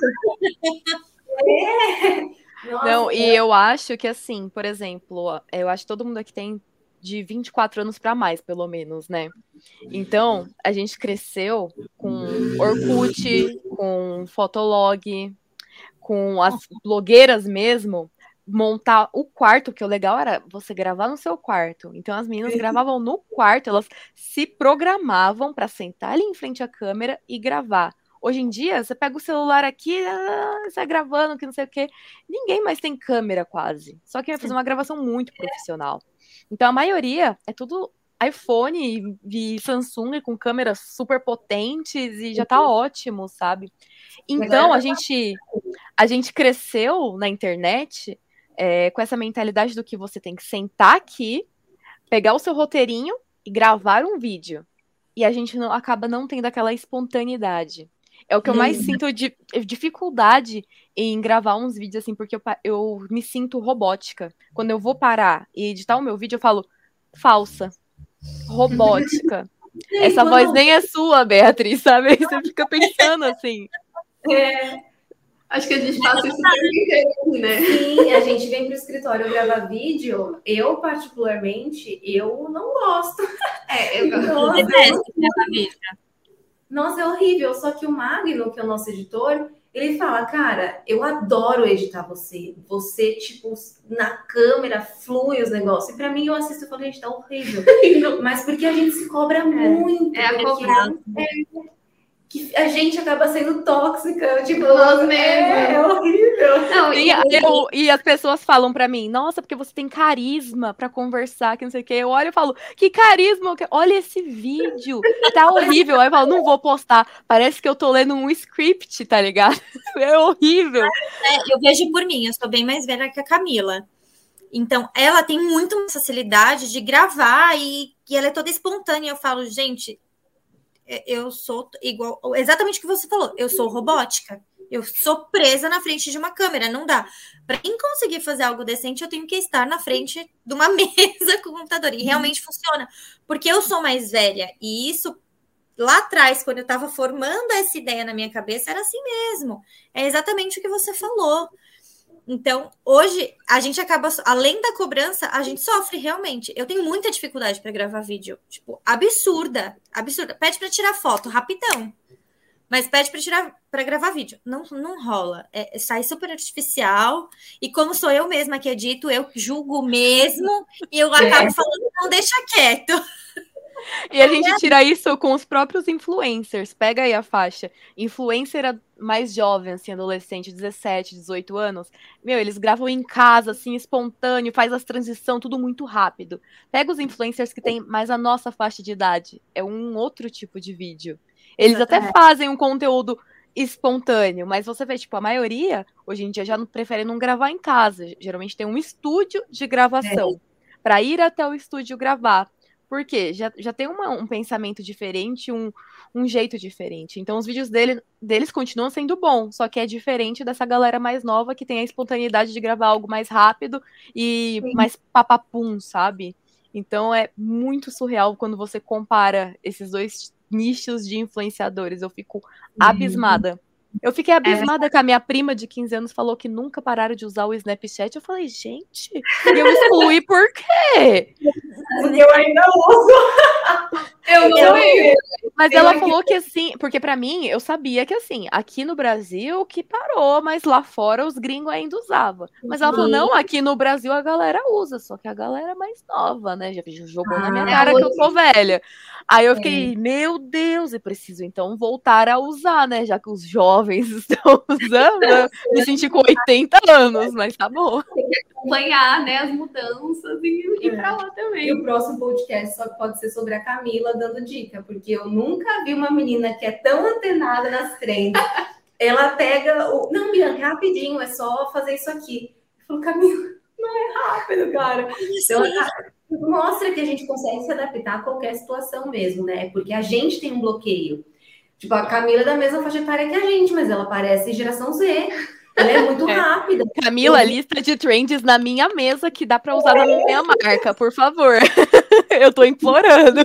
É. Nossa, Não, e eu acho que, assim, por exemplo, eu acho que todo mundo aqui tem de vinte e quatro anos para mais, pelo menos, né? Então, a gente cresceu com Orkut, com Fotolog, com as blogueiras mesmo, montar o quarto, que o legal era você gravar no seu quarto. Então, as meninas gravavam no quarto, elas se programavam para sentar ali em frente à câmera e gravar. Hoje em dia, você pega o celular aqui, você vai gravando, que não sei o quê. Ninguém mais tem câmera quase. Só que vai fazer uma gravação muito profissional. Então, a maioria é tudo iPhone e Samsung com câmeras super potentes e já tá ótimo, sabe? Então, a gente, a gente cresceu na internet é, com essa mentalidade do que você tem que sentar aqui, pegar o seu roteirinho e gravar um vídeo. E a gente não, acaba não tendo aquela espontaneidade. É o que eu mais Hum. sinto de dificuldade em gravar uns vídeos, assim, porque eu, pa- eu me sinto robótica. Quando eu vou parar e editar o meu vídeo, eu falo, falsa, robótica. E Essa voz quando nem é sua, Beatriz, sabe? Aí você fica pensando assim. Acho que a gente passa isso o tempo inteiro, aqui, né? sim, a gente vem para o escritório gravar vídeo, eu particularmente, eu não gosto. É, eu gosto. Nossa, Eu detesto gravar vídeo. Nossa, é horrível. Só que o Magno, que é o nosso editor, ele fala, cara, eu adoro editar você. Você, tipo, na câmera, flui os negócios. E pra mim, eu assisto e falo, gente, tá horrível. Mas porque a gente se cobra muito. É a porque cobrança. que a gente acaba sendo tóxica. Tipo, Nós é, mesmos. é horrível. Não, E, e, eu- e as pessoas falam pra mim, nossa, porque você tem carisma pra conversar, que não sei o quê. Eu olho e falo, que carisma? que- Olha esse vídeo, tá horrível. Aí eu falo, não vou postar. Parece que eu tô lendo um script, tá ligado? É horrível. É, eu vejo por mim, eu sou bem mais velha que a Camila. Então, ela tem muito mais facilidade de gravar e, e ela é toda espontânea. Eu falo, gente, eu sou igual, exatamente o que você falou, eu sou robótica. Eu sou presa na frente de uma câmera, não dá. Para quem conseguir fazer algo decente, eu tenho que estar na frente de uma mesa com o computador. E realmente funciona. Porque eu sou mais velha. E isso, lá atrás, quando eu estava formando essa ideia na minha cabeça, era assim mesmo. É exatamente o que você falou. Então, hoje, a gente acaba, além da cobrança, a gente sofre realmente. Eu tenho muita dificuldade para gravar vídeo. Tipo, absurda. Absurda. Pede para tirar foto, rapidão. Mas pede para tirar para gravar vídeo. Não, não rola. É, sai super artificial. E como sou eu mesma que edito, eu julgo mesmo. E eu acabo falando, não, deixa quieto. E a gente tira isso com os próprios influencers. Pega aí a faixa. Influencer mais jovem, assim, adolescente, dezessete, dezoito anos. Meu, eles gravam em casa, assim, espontâneo, faz as transições, tudo muito rápido. Pega os influencers que tem mais a nossa faixa de idade. É um outro tipo de vídeo. Eles até fazem um conteúdo espontâneo, mas você vê, tipo, a maioria, hoje em dia, já não, prefere não gravar em casa. Geralmente tem um estúdio de gravação. É. Para ir até o estúdio gravar. Por quê? Já, já tem uma, um pensamento diferente, um, um jeito diferente. Então, os vídeos dele, deles continuam sendo bons, só que é diferente dessa galera mais nova que tem a espontaneidade de gravar algo mais rápido e Sim. mais papapum, sabe? Então, é muito surreal quando você compara esses dois nichos de influenciadores. Eu fico abismada. Eu fiquei abismada é que a minha prima de quinze anos falou que nunca pararam de usar o Snapchat. Eu falei, gente, e eu excluí por quê? Porque eu ainda uso. Eu não eu, Mas eu ela aqui... falou que assim, porque pra mim, eu sabia que assim, aqui no Brasil que parou, mas lá fora os gringos ainda usavam. Mas ela falou, não, aqui no Brasil a galera usa, só que a galera é mais nova, né? Já jogou ah, na minha cara é que eu sou velha. Aí eu fiquei, é. meu Deus, eu preciso então voltar a usar, né? Já que os jovens estão usando, eu me senti com oitenta anos, mas tá bom. Tem que acompanhar, né, as mudanças e ir é. pra lá também. E o próximo podcast só pode ser sobre a Camila dando dica, porque eu nunca vi uma menina que é tão antenada nas trends. Ela pega o... Não, Bianca, rapidinho, é só fazer isso aqui. Eu falo, Camila, não é rápido, cara. Então, mostra que a gente consegue se adaptar a qualquer situação mesmo, né? Porque a gente tem um bloqueio. Tipo, a Camila é da mesma faixa etária que a gente, mas ela parece geração Z. Ela é muito é. rápida. Camila, eu... lista de trends na minha mesa que dá para usar é. na minha marca, por favor. Eu tô implorando.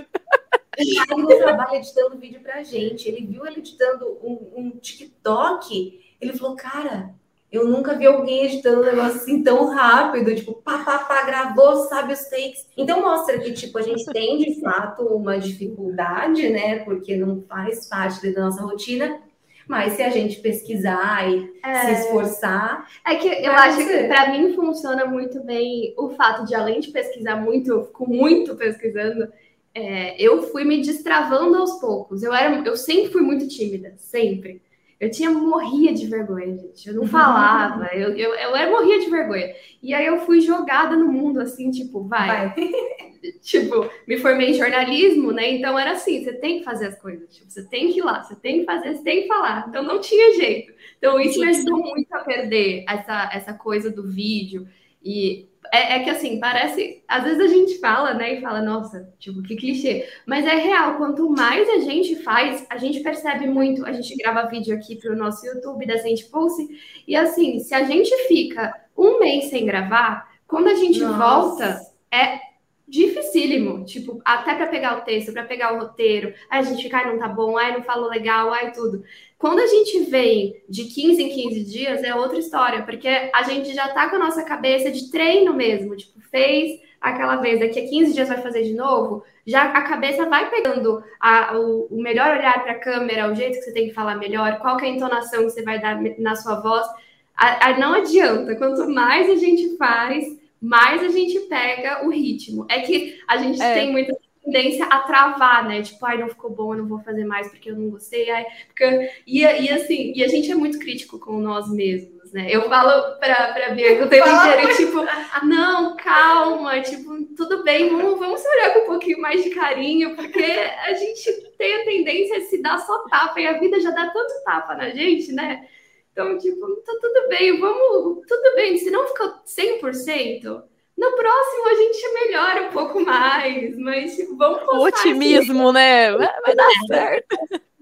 O Magno trabalha editando vídeo pra gente. Ele viu ele editando um, um TikTok. Ele falou, cara, eu nunca vi alguém editando um negócio assim tão rápido. Tipo, pá, pá, pá, gravou, sabe os takes. Então mostra que, tipo, a gente tem, de fato, uma dificuldade, né? Porque não faz parte da nossa rotina. Mas se a gente pesquisar e é... se esforçar... É que eu acho ser. que para mim funciona muito bem o fato de, além de pesquisar muito, eu fico muito pesquisando, é, eu fui me destravando aos poucos. Eu, era, eu sempre fui muito tímida, sempre. Eu tinha morria de vergonha, gente. Eu não falava, eu, eu, eu era, morria de vergonha. E aí eu fui jogada no mundo, assim, tipo, vai... vai. Tipo, me formei em jornalismo, né? Então era assim, você tem que fazer as coisas. Tipo, você tem que ir lá, você tem que fazer, você tem que falar. Então não tinha jeito. Então isso me ajudou muito a perder essa, essa coisa do vídeo. E é, é que assim, parece. Às vezes a gente fala, né, e fala, nossa, tipo, que clichê. Mas é real, quanto mais a gente faz, a gente percebe muito. A gente grava vídeo aqui pro nosso YouTube da Sente Pulse. E assim, se a gente fica um mês sem gravar, quando a gente Nossa. volta, é dificílimo. Tipo, até para pegar o texto, para pegar o roteiro. Aí a gente fica, ai, não tá bom, ai, não falou legal, ai, tudo. Quando a gente vem de quinze em quinze dias, é outra história, porque a gente já tá com a nossa cabeça de treino mesmo, tipo, fez aquela vez, daqui a quinze dias vai fazer de novo, já a cabeça vai pegando a, o, o melhor olhar para a câmera, o jeito que você tem que falar melhor, qual que é a entonação que você vai dar na sua voz. A, a, não adianta, quanto mais a gente faz, mais a gente pega o ritmo. É que a gente é. tem muita tendência a travar, né? Tipo, ai, não ficou bom, eu não vou fazer mais porque eu não gostei. Ai, porque... e, e assim, e a gente é muito crítico com nós mesmos, né? Eu falo pra, pra Bianca o tempo inteiro, tipo, não, calma, tipo, tudo bem, vamos, vamos se olhar com um pouquinho mais de carinho, porque a gente tem a tendência a se dar só tapa, e a vida já dá tanto tapa na gente, né? Então, tipo, tá tudo bem, vamos, tudo bem, se não ficou cem por cento, no próximo a gente melhora um pouco mais, mas tipo, vamos o otimismo, assim, né? Vai, vai dar certo.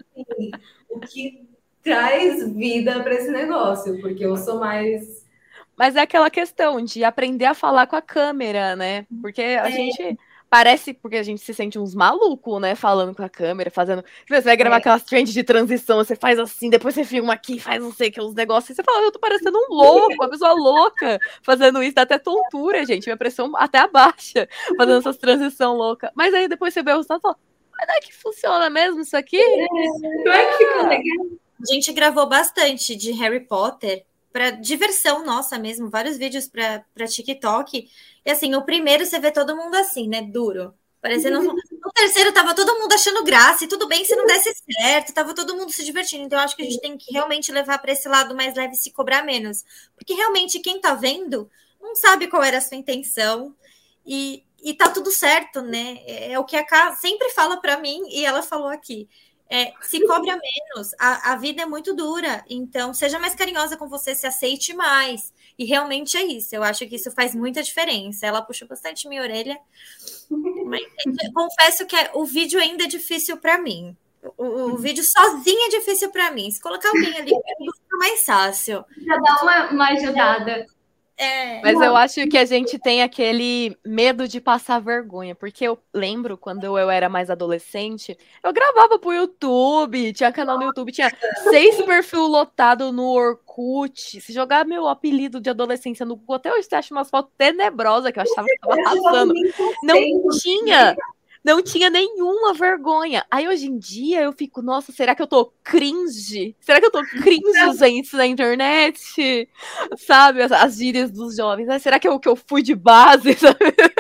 O que traz vida para esse negócio, porque eu sou mais... Mas é aquela questão de aprender a falar com a câmera, né? Porque a é. gente... Parece, porque a gente se sente uns malucos, né? Falando com a câmera, fazendo... Você vai gravar é. aquelas trends de transição, você faz assim, depois você filma aqui, faz não sei o que, uns negócios. E você fala, eu tô parecendo um louco, uma pessoa louca fazendo isso. Dá até tontura, gente. Minha pressão até abaixa, fazendo essas transições loucas. Mas aí depois você vê o resultado e fala, mas não é que funciona mesmo isso aqui? É, não é que fica legal. A gente gravou bastante de Harry Potter, para diversão nossa mesmo, vários vídeos para TikTok. E assim, o primeiro você vê todo mundo assim, né? Duro. Parecendo. No terceiro tava todo mundo achando graça, e tudo bem se não desse certo, tava todo mundo se divertindo. Então, eu acho que a gente tem que realmente levar para esse lado mais leve e se cobrar menos. Porque realmente quem tá vendo não sabe qual era a sua intenção. E, e tá tudo certo, né? É, é o que a Ká sempre fala para mim, e ela falou aqui. É, se cobra menos, a, a vida é muito dura, então seja mais carinhosa com você, se aceite mais, e realmente é isso, eu acho que isso faz muita diferença. Ela puxou bastante minha orelha, mas confesso que é, o vídeo ainda é difícil para mim, o, o vídeo sozinho é difícil para mim, se colocar alguém ali fica mais fácil. Já dá uma, uma ajudada. É. Mas eu acho que a gente tem aquele medo de passar vergonha, porque eu lembro quando eu era mais adolescente, eu gravava pro YouTube, tinha canal no YouTube, tinha seis perfil lotado no Orkut. Se jogar meu apelido de adolescência no Google, até hoje você acha umas fotos tenebrosas que eu achava que tava arrasando. Não tinha, não tinha nenhuma vergonha. Aí hoje em dia eu fico, nossa, será que eu tô cringe? Será que eu tô cringe, gente, na internet? Sabe, as, as gírias dos jovens. Né? Será que eu, que eu fui de base? Sabe?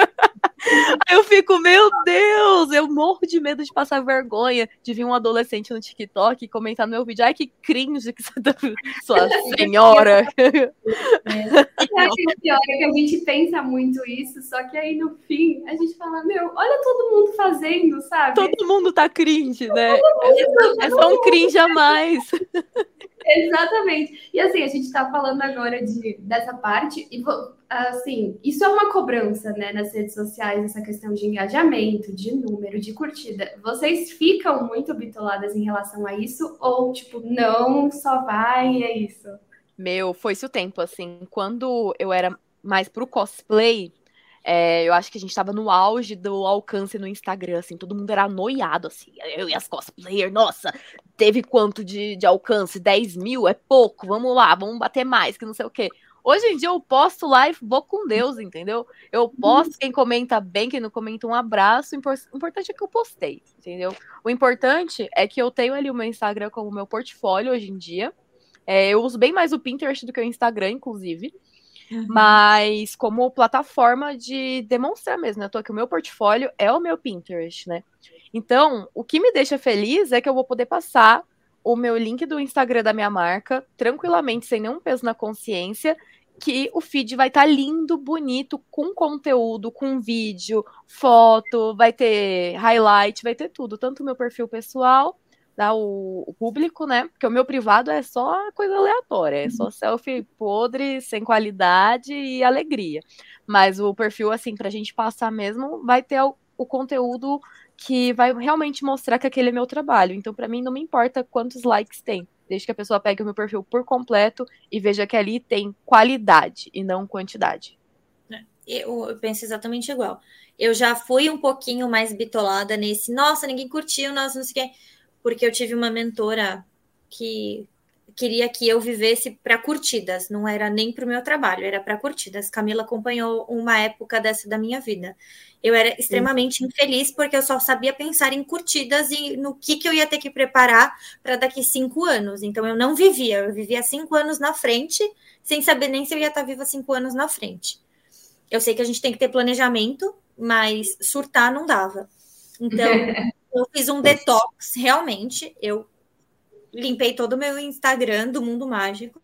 Aí eu fico, meu Deus, eu morro de medo de passar vergonha de vir um adolescente no TikTok e comentar no meu vídeo. Ai, que cringe que você tá, sua senhora. É. Eu acho que o pior é que a gente pensa muito isso, só que aí no fim a gente fala, meu, olha todo mundo fazendo, sabe? Todo mundo tá cringe, né? É, é só um cringe a mais. Exatamente. E assim, a gente está falando agora de, dessa parte, e assim, isso é uma cobrança, né, nas redes sociais, essa questão de engajamento, de número, de curtida. Vocês ficam muito bitoladas em relação a isso? Ou, tipo, não, só vai e é isso? Meu, foi-se o tempo, assim, quando eu era mais pro cosplay, é, eu acho que a gente tava no auge do alcance no Instagram, assim, todo mundo era anoiado, assim, eu e as cosplayers, nossa, teve quanto de, de alcance? dez mil? É pouco, vamos lá, vamos bater mais, que não sei o quê. Hoje em dia eu posto lá e vou com Deus, entendeu? Eu posto, quem comenta bem, quem não comenta, um abraço, o importante é que eu postei, entendeu? O importante é que eu tenho ali o meu Instagram como meu portfólio hoje em dia, é, eu uso bem mais o Pinterest do que o Instagram, inclusive, uhum. Mas como plataforma de demonstrar mesmo, né? Eu tô aqui, o meu portfólio é o meu Pinterest, né? Então, o que me deixa feliz é que eu vou poder passar o meu link do Instagram da minha marca, tranquilamente, sem nenhum peso na consciência, que o feed vai estar tá lindo, bonito, com conteúdo, com vídeo, foto, vai ter highlight, vai ter tudo, tanto o meu perfil pessoal, dar o, o público, né? Porque o meu privado é só coisa aleatória, é só selfie podre, sem qualidade e alegria. Mas o perfil, assim, pra gente passar mesmo, vai ter o, o conteúdo que vai realmente mostrar que aquele é meu trabalho. Então, pra mim, não me importa quantos likes tem, desde que a pessoa pegue o meu perfil por completo e veja que ali tem qualidade e não quantidade. Eu, eu penso exatamente igual. Eu já fui um pouquinho mais bitolada nesse, nossa, ninguém curtiu, nossa, não sei o quê, porque eu tive uma mentora que queria que eu vivesse para curtidas, não era nem para o meu trabalho, era para curtidas. Camila acompanhou uma época dessa da minha vida. Eu era extremamente infeliz porque eu só sabia pensar em curtidas e no que, que eu ia ter que preparar para daqui cinco anos. Então eu não vivia, eu vivia cinco anos na frente, sem saber nem se eu ia estar viva cinco anos na frente. Eu sei que a gente tem que ter planejamento, mas surtar não dava. Então, eu fiz um detox, realmente. Eu limpei todo o meu Instagram do Mundo Mágico,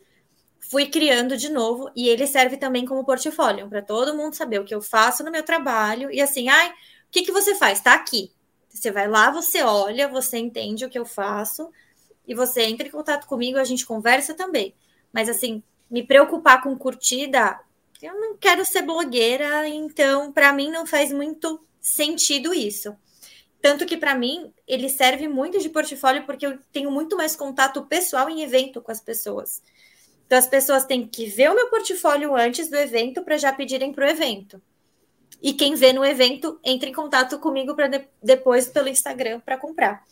fui criando de novo, e ele serve também como portfólio, para todo mundo saber o que eu faço no meu trabalho, e assim, ai, o que, que você faz? Tá aqui. Você vai lá, você olha, você entende o que eu faço, e você entra em contato comigo, a gente conversa também. Mas assim, me preocupar com curtida... Eu não quero ser blogueira, então para mim não faz muito sentido isso. Tanto que para mim ele serve muito de portfólio porque eu tenho muito mais contato pessoal em evento com as pessoas. Então as pessoas têm que ver o meu portfólio antes do evento para já pedirem para o evento. E quem vê no evento entra em contato comigo para de- depois pelo Instagram para comprar.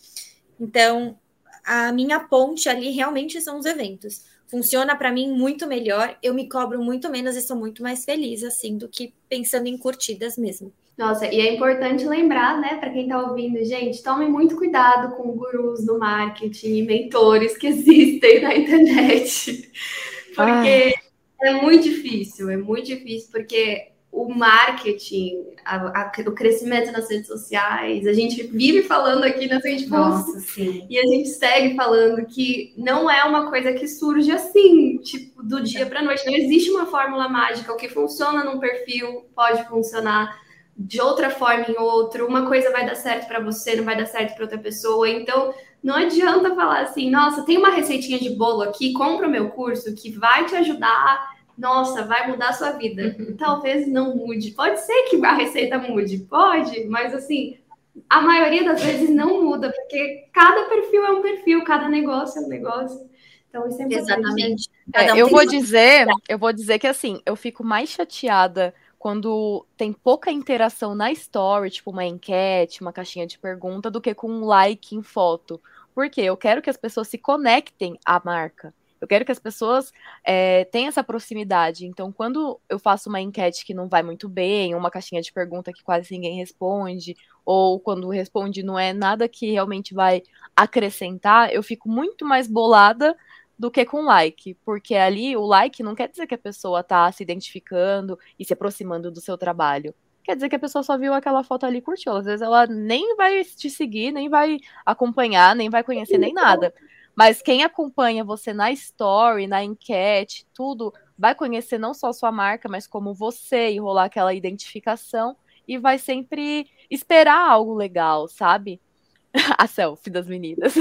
Então a minha ponte ali realmente são os eventos. Funciona para mim muito melhor, eu me cobro muito menos e sou muito mais feliz, assim, do que pensando em curtidas mesmo. Nossa, e é importante lembrar, né, para quem está ouvindo, gente, tomem muito cuidado com gurus do marketing e mentores que existem na internet, porque ah. é muito difícil, é muito difícil, porque o marketing, a, a, o crescimento nas redes sociais, a gente vive falando aqui nas redes sociais e a gente segue falando que não é uma coisa que surge assim, tipo, do dia para a noite. Não existe uma fórmula mágica. O que funciona num perfil pode funcionar de outra forma em outro. Uma coisa vai dar certo para você, não vai dar certo para outra pessoa. Então, não adianta falar assim, nossa, tem uma receitinha de bolo aqui, compra o meu curso que vai te ajudar. Nossa, vai mudar a sua vida. Talvez não mude. Pode ser que a receita mude, pode, mas assim, a maioria das vezes não muda, porque cada perfil é um perfil, cada negócio é um negócio. Então, isso é importante. Exatamente. É, eu vou dizer, eu vou dizer que assim, eu fico mais chateada quando tem pouca interação na story, tipo uma enquete, uma caixinha de pergunta, do que com um like em foto. Porque eu quero que as pessoas se conectem à marca. Eu quero que as pessoas é, tenham essa proximidade. Então, quando eu faço uma enquete que não vai muito bem, uma caixinha de pergunta que quase ninguém responde, ou quando responde não é nada que realmente vai acrescentar, eu fico muito mais bolada do que com like. Porque ali o like não quer dizer que a pessoa está se identificando e se aproximando do seu trabalho. Quer dizer que a pessoa só viu aquela foto ali e curtiu. Às vezes ela nem vai te seguir, nem vai acompanhar, nem vai conhecer, nem nada. Mas quem acompanha você na story, na enquete, tudo, vai conhecer não só a sua marca, mas como você, e rolar aquela identificação, e vai sempre esperar algo legal, sabe? A selfie das meninas.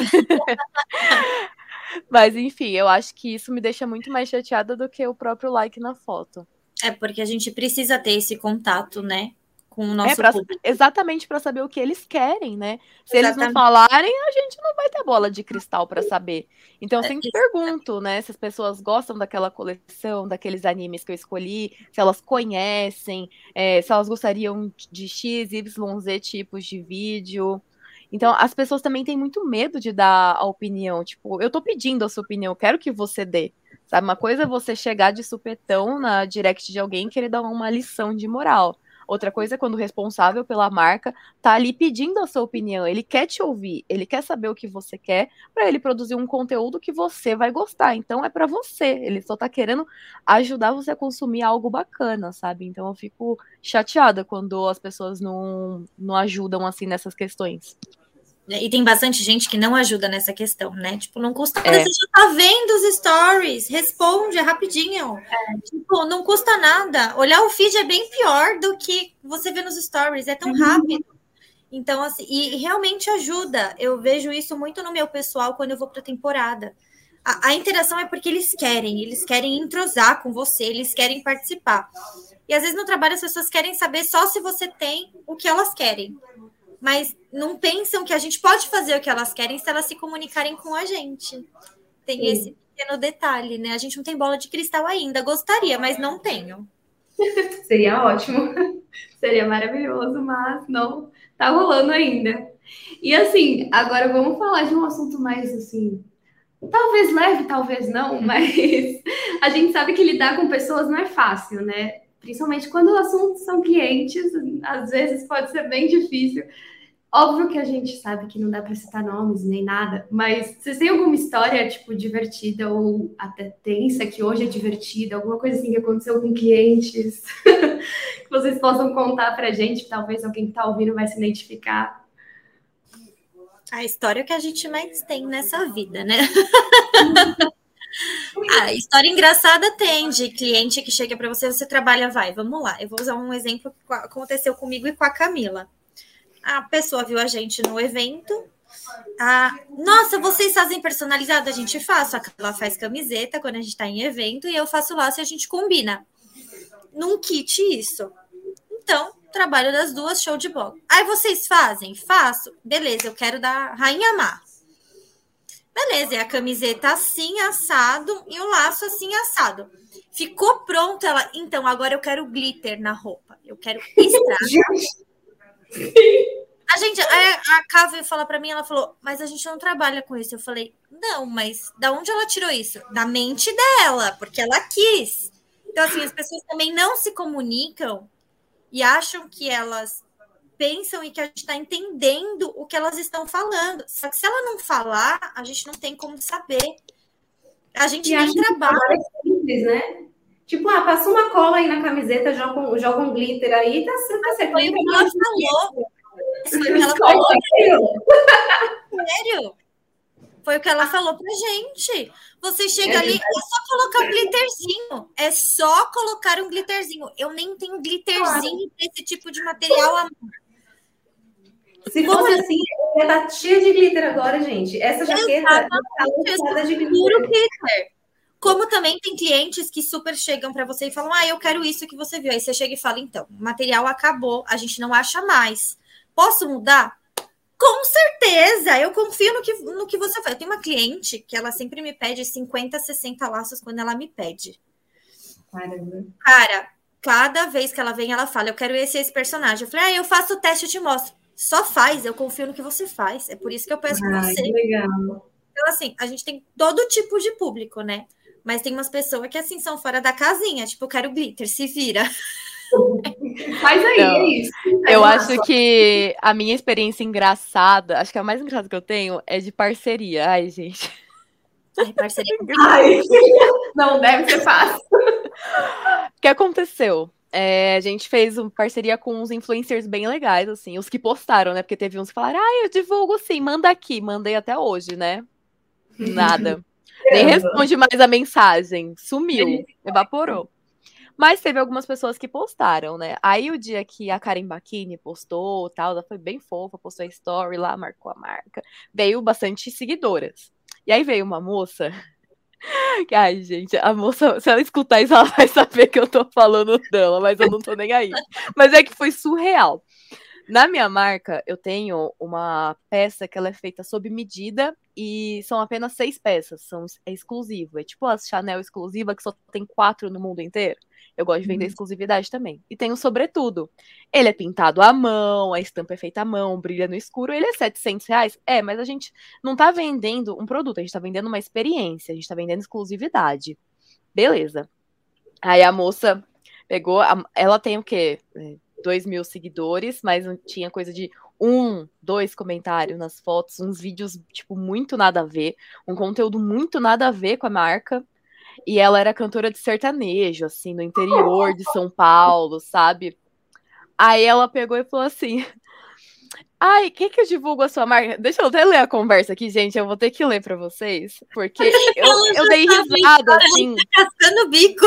Mas, enfim, eu acho que isso me deixa muito mais chateada do que o próprio like na foto. É porque a gente precisa ter esse contato, né? Com o nosso é pra, público. Exatamente para saber o que eles querem, né? Se exatamente. Eles não falarem, a gente não vai ter bola de cristal para saber. Então eu sempre é, pergunto, né, se as pessoas gostam daquela coleção, daqueles animes que eu escolhi, se elas conhecem, é, se elas gostariam de X, Y, Z tipos de vídeo. Então as pessoas também têm muito medo de dar a opinião. Tipo, eu tô pedindo a sua opinião, eu quero que você dê. Sabe, uma coisa é você chegar de supetão na direct de alguém e querer dar uma lição de moral. Outra coisa é quando o responsável pela marca tá ali pedindo a sua opinião. Ele quer te ouvir, ele quer saber o que você quer para ele produzir um conteúdo que você vai gostar. Então é para você. Ele só tá querendo ajudar você a consumir algo bacana, sabe? Então eu fico chateada quando as pessoas não, não ajudam assim nessas questões. E tem bastante gente que não ajuda nessa questão, né? Tipo, não custa nada, é. Você já tá vendo os stories, responde, é rapidinho. É. Tipo, não custa nada. Olhar o feed é bem pior do que você ver nos stories, é tão rápido. Então, assim, e realmente ajuda. Eu vejo isso muito no meu pessoal quando eu vou para temporada. A, a interação é porque eles querem, eles querem entrosar com você, eles querem participar. E às vezes no trabalho as pessoas querem saber só se você tem o que elas querem. Mas não pensam que a gente pode fazer o que elas querem se elas se comunicarem com a gente. Tem Sim. esse pequeno detalhe, né? A gente não tem bola de cristal ainda. Gostaria, mas não tenho. Seria ótimo. Seria maravilhoso, mas não tá rolando ainda. E assim, agora vamos falar de um assunto mais assim, talvez leve, talvez não, mas a gente sabe que lidar com pessoas não é fácil, né? Principalmente quando o assunto são clientes, às vezes pode ser bem difícil. Óbvio que a gente sabe que não dá para citar nomes nem nada, mas vocês têm alguma história, tipo, divertida ou até tensa, que hoje é divertida, alguma coisa assim que aconteceu com clientes, que vocês possam contar pra gente, talvez alguém que tá ouvindo vai se identificar? A história que a gente mais tem nessa vida, né? A história engraçada tem de cliente que chega para você, você trabalha, vai, vamos lá. Eu vou usar um exemplo que aconteceu comigo e com a Camila. A pessoa viu a gente no evento. Ah, nossa, vocês fazem personalizado? A gente faz. Ela faz camiseta quando a gente está em evento e eu faço laço e a gente combina. Num kit isso. Então, trabalho das duas, show de bola. Aí vocês fazem? Faço. Beleza, eu quero da Rainha Má. Beleza, é a camiseta assim, assado, e o laço assim, assado. Ficou pronto, ela... Então, agora eu quero glitter na roupa. Eu quero extrato. A gente, a, a Cá veio falar pra mim, ela falou, mas a gente não trabalha com isso. Eu falei, não, mas da onde ela tirou isso? Da mente dela, porque ela quis. Então, assim, as pessoas também não se comunicam e acham que elas pensam e que a gente está entendendo o que elas estão falando. Só que se ela não falar, a gente não tem como saber. A gente e nem trabalha. É simples, né? Tipo, ah, passa uma cola aí na camiseta, joga um, joga um glitter aí, tá, tá certo. Foi o que ela falou. Foi o que ela falou. Sério? Foi o que ela falou pra gente. Você chega é ali, é só colocar um glitterzinho. É só colocar um glitterzinho. Eu nem tenho glitterzinho para esse tipo de material, amor. Se Como fosse assim, eu ia estar cheia de glitter agora, gente. Essa jaqueta tá de glitter. glitter. Como também tem clientes que super chegam para você e falam, ah, eu quero isso que você viu. Aí você chega e fala, então, o material acabou, a gente não acha mais. Posso mudar? Com certeza, eu confio no que, no que você faz. Eu tenho uma cliente que ela sempre me pede cinquenta, sessenta laços quando ela me pede. Caramba. Cara, cada vez que ela vem, ela fala, eu quero esse esse personagem. Eu falei, ah, eu faço o teste e te mostro. Só faz, eu confio no que você faz. É por isso que eu peço pra você. Que legal. Então, assim, a gente tem todo tipo de público, né? Mas tem umas pessoas que, assim, são fora da casinha. Tipo, eu quero glitter, se vira. Faz aí, Não, é isso. É eu massa. Acho que a minha experiência engraçada, acho que a mais engraçada que eu tenho é de parceria. Ai, gente. Ai, parceria. Ai, não deve ser fácil. O que aconteceu? É, a gente fez uma parceria com uns influencers bem legais, assim, os que postaram, né? Porque teve uns que falaram, ah, eu divulgo sim, manda aqui. Mandei até hoje, né? Nada. Nem responde mais a mensagem. Sumiu, evaporou. Mas teve algumas pessoas que postaram, né? Aí o dia que a Karen Bacchini postou, tal, ela foi bem fofa, postou a story lá, marcou a marca. Veio bastante seguidoras. E aí veio uma moça... Ai, gente, a moça, se ela escutar isso, ela vai saber que eu tô falando dela, mas eu não tô nem aí. Mas é que foi surreal. Na minha marca, eu tenho uma peça que ela é feita sob medida e são apenas seis peças, são, é exclusivo. É tipo a Chanel exclusiva, que só tem quatro no mundo inteiro. Eu gosto de vender uhum. exclusividade também. E tem o sobretudo. Ele é pintado à mão, a estampa é feita à mão, brilha no escuro. Ele é setecentos reais? É, mas a gente não tá vendendo um produto, a gente tá vendendo uma experiência, a gente tá vendendo exclusividade. Beleza. Aí a moça pegou, a, ela tem o quê? Dois mil seguidores, mas tinha coisa de um, dois comentários nas fotos, uns vídeos, tipo, muito nada a ver, um conteúdo muito nada a ver com a marca. E ela era cantora de sertanejo, assim, no interior de São Paulo, sabe? Aí ela pegou e falou assim, ai, quem que eu divulgo a sua marca? Deixa eu até ler a conversa aqui, gente, eu vou ter que ler pra vocês, porque eu, eu dei risada, assim. Cascando o bico.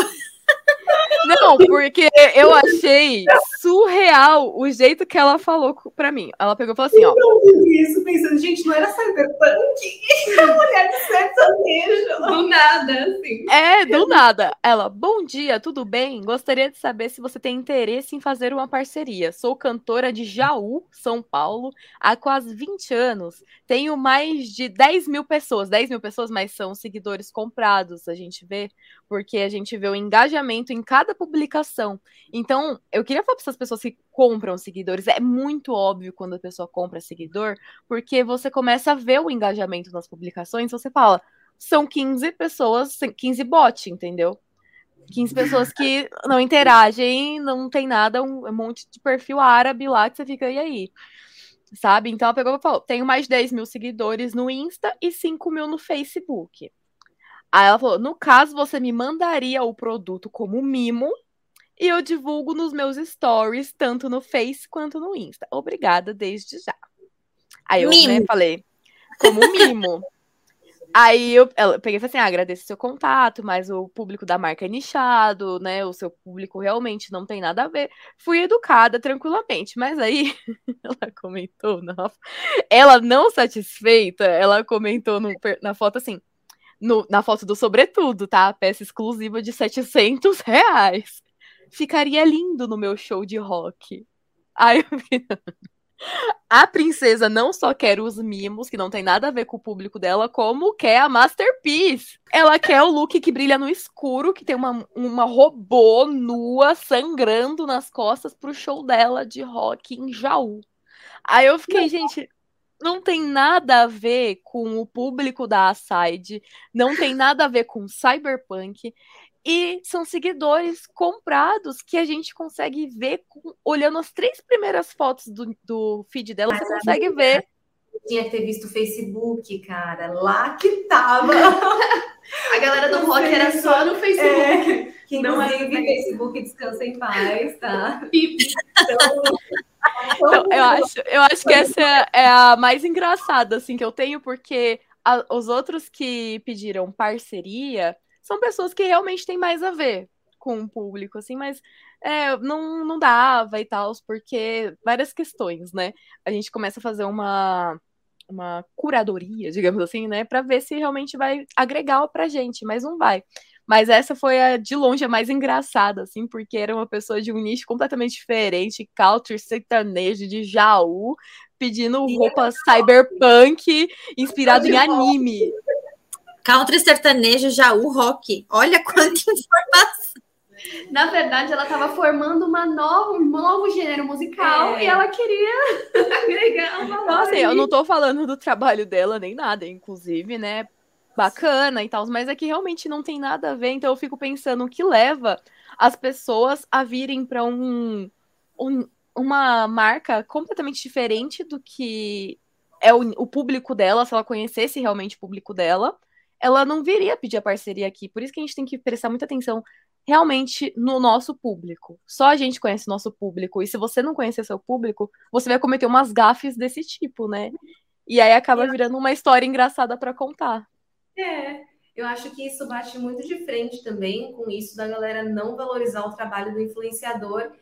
Não, porque eu achei surreal o jeito que ela falou pra mim. Ela pegou e falou assim, ó. Eu vi isso pensando, gente, não era cyberpunk? A mulher de sertanejo. Do nada, assim. É, do nada. Ela, bom dia, tudo bem? Gostaria de saber se você tem interesse em fazer uma parceria. Sou cantora de Jaú, São Paulo, há quase vinte anos. Tenho mais de dez mil pessoas. dez mil pessoas, mas são seguidores comprados, a gente vê. Porque a gente vê o engajamento em cada publicação. Então, eu queria falar para essas pessoas que compram seguidores. É muito óbvio quando a pessoa compra seguidor, porque você começa a ver o engajamento nas publicações, você fala, são quinze pessoas, quinze bots, entendeu? quinze pessoas que não interagem, não tem nada, um, um monte de perfil árabe lá que você fica, e aí? Sabe? Então ela pegou e falou, tenho mais de dez mil seguidores no Insta e cinco mil no Facebook. Aí ela falou, no caso, você me mandaria o produto como mimo e eu divulgo nos meus stories, tanto no Face quanto no Insta. Obrigada desde já. Aí eu né, falei, como mimo. Aí eu, ela, eu peguei e falei assim, ah, agradeço o seu contato, mas o público da marca é nichado, né? O seu público realmente não tem nada a ver. Fui educada tranquilamente, mas aí ela comentou, não, ela não satisfeita, ela comentou no, na foto assim, No, na foto do sobretudo, tá? Peça exclusiva de setecentos reais. Ficaria lindo no meu show de rock. Aí eu fiquei... A princesa não só quer os mimos, que não tem nada a ver com o público dela, como quer a Masterpiece. Ela quer o look que brilha no escuro, que tem uma, uma robô nua sangrando nas costas pro show dela de rock em Jaú. Aí eu fiquei, gente... Não tem nada a ver com o público da A-Side, não tem nada a ver com cyberpunk, e são seguidores comprados que a gente consegue ver com, olhando as três primeiras fotos do, do feed dela, Mas você consegue amiga, ver. Tinha que ter visto o Facebook, cara, lá que tava. A galera do rock era só no Facebook. É, que inclusive não é Facebook descansa em paz, tá? Então... Então, eu acho, eu acho que essa é, é a mais engraçada, assim, que eu tenho, porque a, os outros que pediram parceria são pessoas que realmente têm mais a ver com o público, assim, mas é, não, não dava e tal, porque várias questões, né? A gente começa a fazer uma, uma curadoria, digamos assim, né? Pra ver se realmente vai agregar pra gente, mas não vai. Mas essa foi, a, de longe, a mais engraçada, assim, porque era uma pessoa de um nicho completamente diferente, country, sertanejo, de Jaú, pedindo roupa cyberpunk, inspirado em anime. Country, sertanejo, Jaú, rock. Olha quanta informação. Na verdade, ela estava formando uma nova, um novo gênero musical é. e ela queria agregar uma Então, assim, eu não tô falando do trabalho dela nem nada, inclusive, né? Bacana e tal, mas é que realmente não tem nada a ver, então eu fico pensando o que leva as pessoas a virem para um, um, uma marca completamente diferente do que é o, o público dela, se ela conhecesse realmente o público dela, ela não viria pedir a parceria aqui, por isso que a gente tem que prestar muita atenção realmente no nosso público. Só a gente conhece o nosso público, e se você não conhecer seu público, você vai cometer umas gafes desse tipo, né? E aí acaba virando uma história engraçada para contar. É, eu acho que isso bate muito de frente também com isso da galera não valorizar o trabalho do influenciador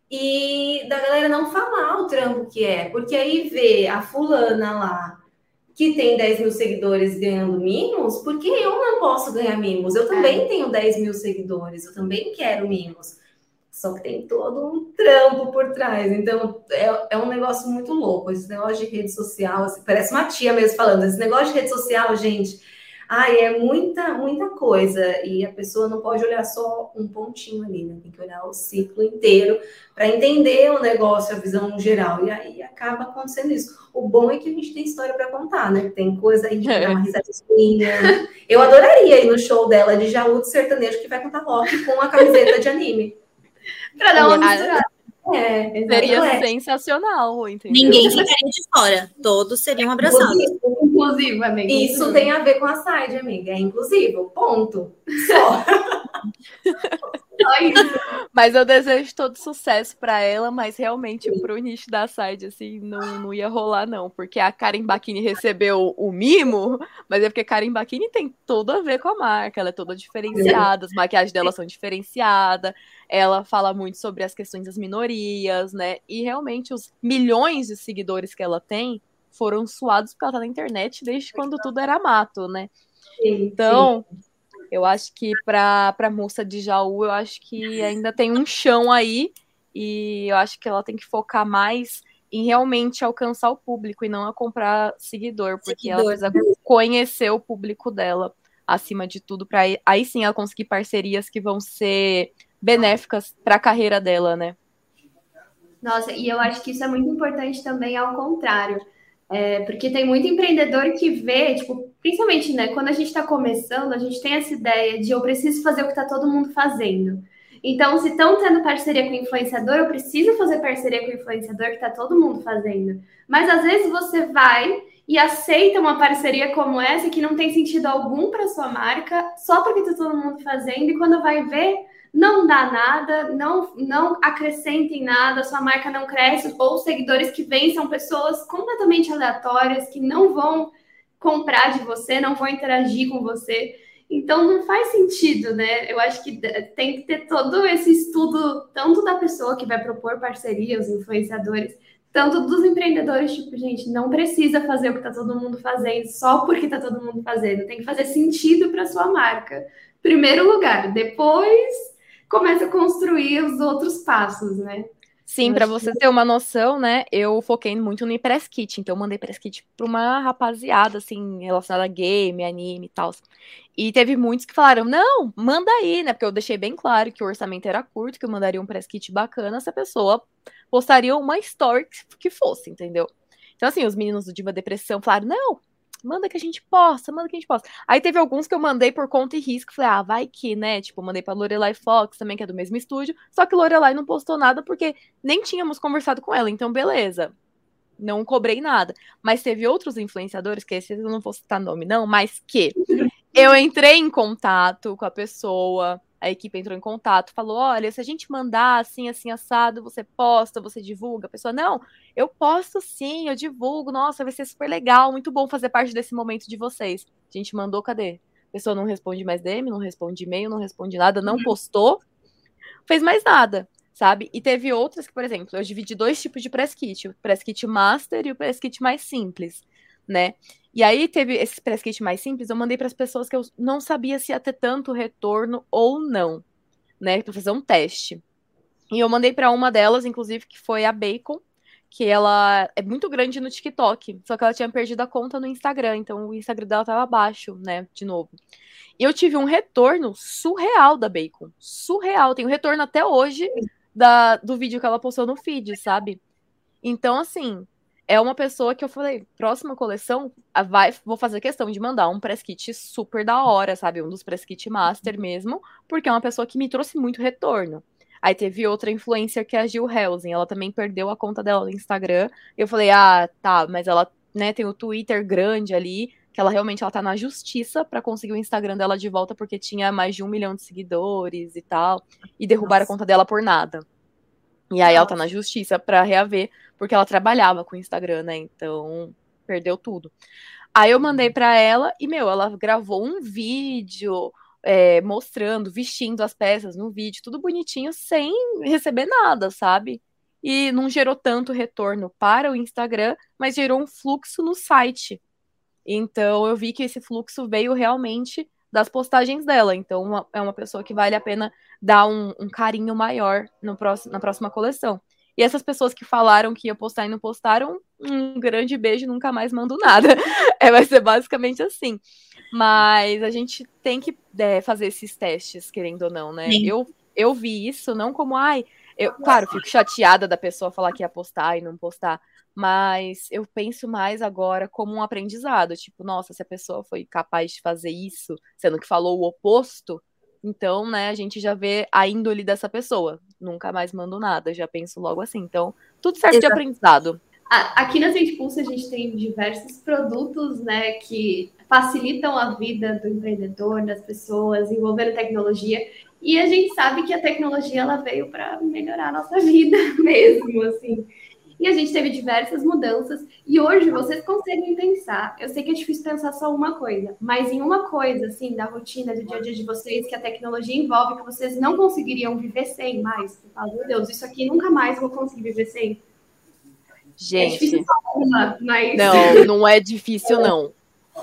e da galera não falar o trampo que é, porque aí vê a fulana lá que tem dez mil seguidores ganhando mimos, porque eu não posso ganhar mimos, eu também é. tenho dez mil seguidores, eu também quero mimos, só que tem todo um trampo por trás, então é, é um negócio muito louco, esse negócio de rede social, assim, parece uma tia mesmo falando, esse negócio de rede social, gente... Ai, é muita, muita coisa. E a pessoa não pode olhar só um pontinho ali, né? Tem que olhar o ciclo inteiro para entender o negócio, a visão geral. E aí acaba acontecendo isso. O bom é que a gente tem história para contar, né? Tem coisa aí de dar uma risadinha. Eu adoraria ir no show dela de Jaú de sertanejo que vai contar rock com a camiseta de anime. Para dar uma misturada. É, seria é. sensacional, entendeu? Ninguém ficaria de fora. Todos seriam abraçados. Inclusive, amiga. Isso inclusive. Tem a ver com a side, amiga. É inclusivo, ponto. Só. Só isso. Mas eu desejo todo sucesso pra ela, mas realmente pro nicho da side, assim, não, não ia rolar, não. Porque a Karen Bacchini recebeu o mimo, mas é porque a Karen Bacchini tem tudo a ver com a marca, ela é toda diferenciada, as maquiagens dela são diferenciadas, ela fala muito sobre as questões das minorias, né? E realmente os milhões de seguidores que ela tem foram suados porque ela tá na internet desde quando tudo era mato, né? Sim, Então, sim. eu acho que para a moça de Jaú, eu acho que ainda tem um chão aí, e eu acho que ela tem que focar mais em realmente alcançar o público e não a comprar seguidor, porque ela Seguidor. precisa conhecer o público dela acima de tudo, para aí, aí sim ela conseguir parcerias que vão ser benéficas para a carreira dela, né? Nossa, e eu acho que isso é muito importante também ao contrário. É, porque tem muito empreendedor que vê, tipo, principalmente, né, quando a gente está começando, a gente tem essa ideia de eu preciso fazer o que está todo mundo fazendo. Então, se estão tendo parceria com influenciador, eu preciso fazer parceria com influenciador que está todo mundo fazendo. Mas às vezes você vai e aceita uma parceria como essa que não tem sentido algum para sua marca, só porque está todo mundo fazendo, e quando vai ver, não dá nada, não, não acrescenta em nada, sua marca não cresce, ou os seguidores que vêm são pessoas completamente aleatórias, que não vão comprar de você, não vão interagir com você. Então não faz sentido, né? Eu acho que tem que ter todo esse estudo, tanto da pessoa que vai propor parceria, os influenciadores, tanto dos empreendedores, tipo, gente, não precisa fazer o que tá todo mundo fazendo só porque tá todo mundo fazendo. Tem que fazer sentido para sua marca. Primeiro lugar, depois começa a construir os outros passos, né? Sim, para você que... ter uma noção, né? Eu foquei muito no press kit, então eu mandei press kit para uma rapaziada assim, relacionada a game, anime e tal. E teve muitos que falaram: "Não, manda aí", né? Porque eu deixei bem claro que o orçamento era curto, que eu mandaria um press kit bacana se a pessoa postaria uma story que fosse, entendeu? Então assim, os meninos do Diva Depressão falaram: "Não, manda que a gente posta, manda que a gente posta". Aí teve alguns que eu mandei por conta e risco. Falei, ah, vai que, né? Tipo, mandei pra Lorelai Fox também, que é do mesmo estúdio. Só que Lorelai não postou nada porque nem tínhamos conversado com ela. Então, beleza. Não cobrei nada. Mas teve outros influenciadores, que esses eu não vou citar nome, não, mas que eu entrei em contato com a pessoa, a equipe entrou em contato, falou, olha, se a gente mandar assim, assim, assado, você posta, você divulga? A pessoa, não, eu posto sim, eu divulgo, nossa, vai ser super legal, muito bom fazer parte desse momento de vocês. A gente mandou, cadê? A pessoa não responde mais D M, não responde e-mail, não responde nada, não postou, fez mais nada, sabe? E teve outras que, por exemplo, eu dividi dois tipos de press kit, o press kit master e o press kit mais simples, né? E aí teve esses press kit mais simples, eu mandei para as pessoas que eu não sabia se ia ter tanto retorno ou não, né, para fazer um teste. E eu mandei para uma delas, inclusive, que foi a Bacon, que ela é muito grande no TikTok, só que ela tinha perdido a conta no Instagram, então o Instagram dela tava baixo, né, de novo. E eu tive um retorno surreal da Bacon, surreal, tem um retorno até hoje da, do vídeo que ela postou no feed, sabe? Então, assim, é uma pessoa que eu falei, próxima coleção, vai, vou fazer questão de mandar um press kit super da hora, sabe? Um dos press kit master mesmo, porque é uma pessoa que me trouxe muito retorno. Aí teve outra influencer que é a Gil Helsing, ela também perdeu a conta dela no Instagram. Eu falei, ah, tá, mas ela, né, tem o Twitter grande ali, que ela realmente ela tá na justiça pra conseguir o Instagram dela de volta, porque tinha mais de um milhão de seguidores e tal, e derrubaram Nossa. a conta dela por nada. E aí Nossa. ela tá na justiça pra reaver, porque ela trabalhava com o Instagram, né? Então, perdeu tudo. Aí eu mandei pra ela e, meu, ela gravou um vídeo é, mostrando, vestindo as peças no vídeo, tudo bonitinho, sem receber nada, sabe? E não gerou tanto retorno para o Instagram, mas gerou um fluxo no site. Então, eu vi que esse fluxo veio realmente das postagens dela. Então, uma, é uma pessoa que vale a pena dar um, um carinho maior no próximo, na próxima coleção. E essas pessoas que falaram que ia postar e não postaram, um grande beijo, nunca mais mando nada. É, vai ser basicamente assim. Mas a gente tem que é, fazer esses testes, querendo ou não, né? Eu, eu vi isso não como, ai, eu, claro, fico chateada da pessoa falar que ia postar e não postar, mas eu penso mais agora como um aprendizado, tipo, nossa, se a pessoa foi capaz de fazer isso, sendo que falou o oposto, então, né, a gente já vê a índole dessa pessoa. Nunca mais mando nada, já penso logo assim. Então, tudo certo Exato. de aprendizado. Aqui na Sente Pulse a gente tem diversos produtos, né, que facilitam a vida do empreendedor, das pessoas, envolvendo tecnologia. E a gente sabe que a tecnologia ela veio para melhorar a nossa vida mesmo, assim. E a gente teve diversas mudanças. E hoje vocês conseguem pensar. Eu sei que é difícil pensar só uma coisa, mas em uma coisa, assim, da rotina, do dia a dia de vocês, que a tecnologia envolve, que vocês não conseguiriam viver sem mais. Você fala, meu Deus, isso aqui nunca mais vou conseguir viver sem. Gente, é difícil só uma, mas... não, não é difícil, não.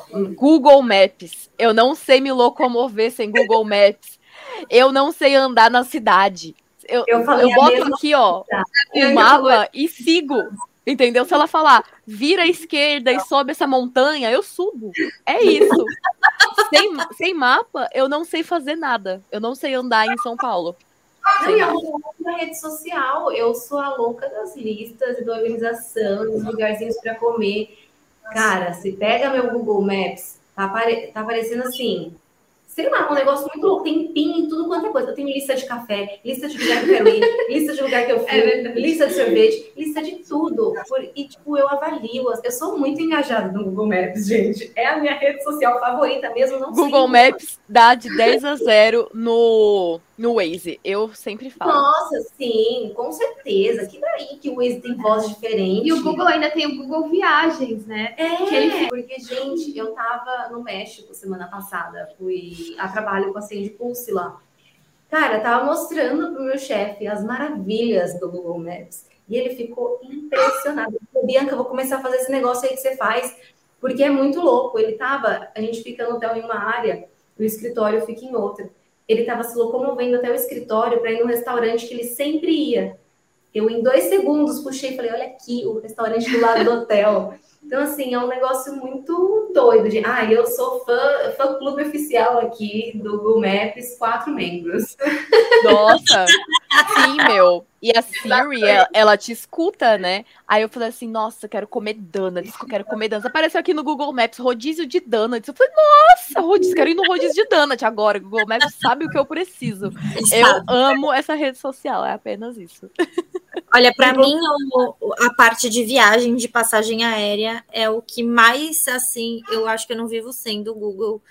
Google Maps. Eu não sei me locomover sem Google Maps. Eu não sei andar na cidade. Eu, eu, eu boto aqui, ó, o mapa e sigo. Entendeu? Se ela falar, vira à esquerda e sobe essa montanha, eu subo. É isso. sem, sem mapa, eu não sei fazer nada. Eu não sei andar em São Paulo. Não, e é uma outra rede social. Eu sou a louca das listas e da organização, dos lugarzinhos para comer. Cara, se pega meu Google Maps, tá, apare... tá aparecendo assim, sei lá, um negócio muito louco. Tem pin em tudo quanto é coisa. Eu tenho lista de café, lista de lugar que eu quero ir, lista de lugar que eu fui, é lista de sorvete, lista de tudo. E, tipo, eu avalio. Eu sou muito engajada no Google Maps, gente. É a minha rede social favorita mesmo. Não Google sei Maps dá de dez a zero no, no Waze. Eu sempre falo. Nossa, sim, com certeza. Que daí que o Waze tem voz diferente. E o Google ainda tem o Google Viagens, né? É, que ele... porque, gente, eu tava no México semana passada. Fui a trabalho com a Sente Pulse lá. Cara, tava mostrando pro meu chefe as maravilhas do Google Maps. E ele ficou impressionado. Bianca, eu vou começar a fazer esse negócio aí que você faz, porque é muito louco. Ele tava, a gente fica no hotel em uma área, o escritório fica em outra. Ele tava se locomovendo até o escritório para ir no restaurante que ele sempre ia. Eu, em dois segundos, puxei e falei, olha aqui, o restaurante do lado do hotel. Então, assim, é um negócio muito doido. De, ah, eu sou fã, fã clube oficial aqui do Google Maps, quatro membros. Nossa, sim, meu. E a Siri, ela, ela te escuta, né? Aí eu falei assim, nossa, quero comer donuts, quero comer donuts. Apareceu aqui no Google Maps, rodízio de donuts. Eu falei, nossa, rodízio, quero ir no rodízio de donut agora. O Google Maps sabe o que eu preciso. Eu amo essa rede social, é apenas isso. Olha, para mim, a parte de viagem, de passagem aérea, é o que mais, assim, eu acho que eu não vivo sem do Google.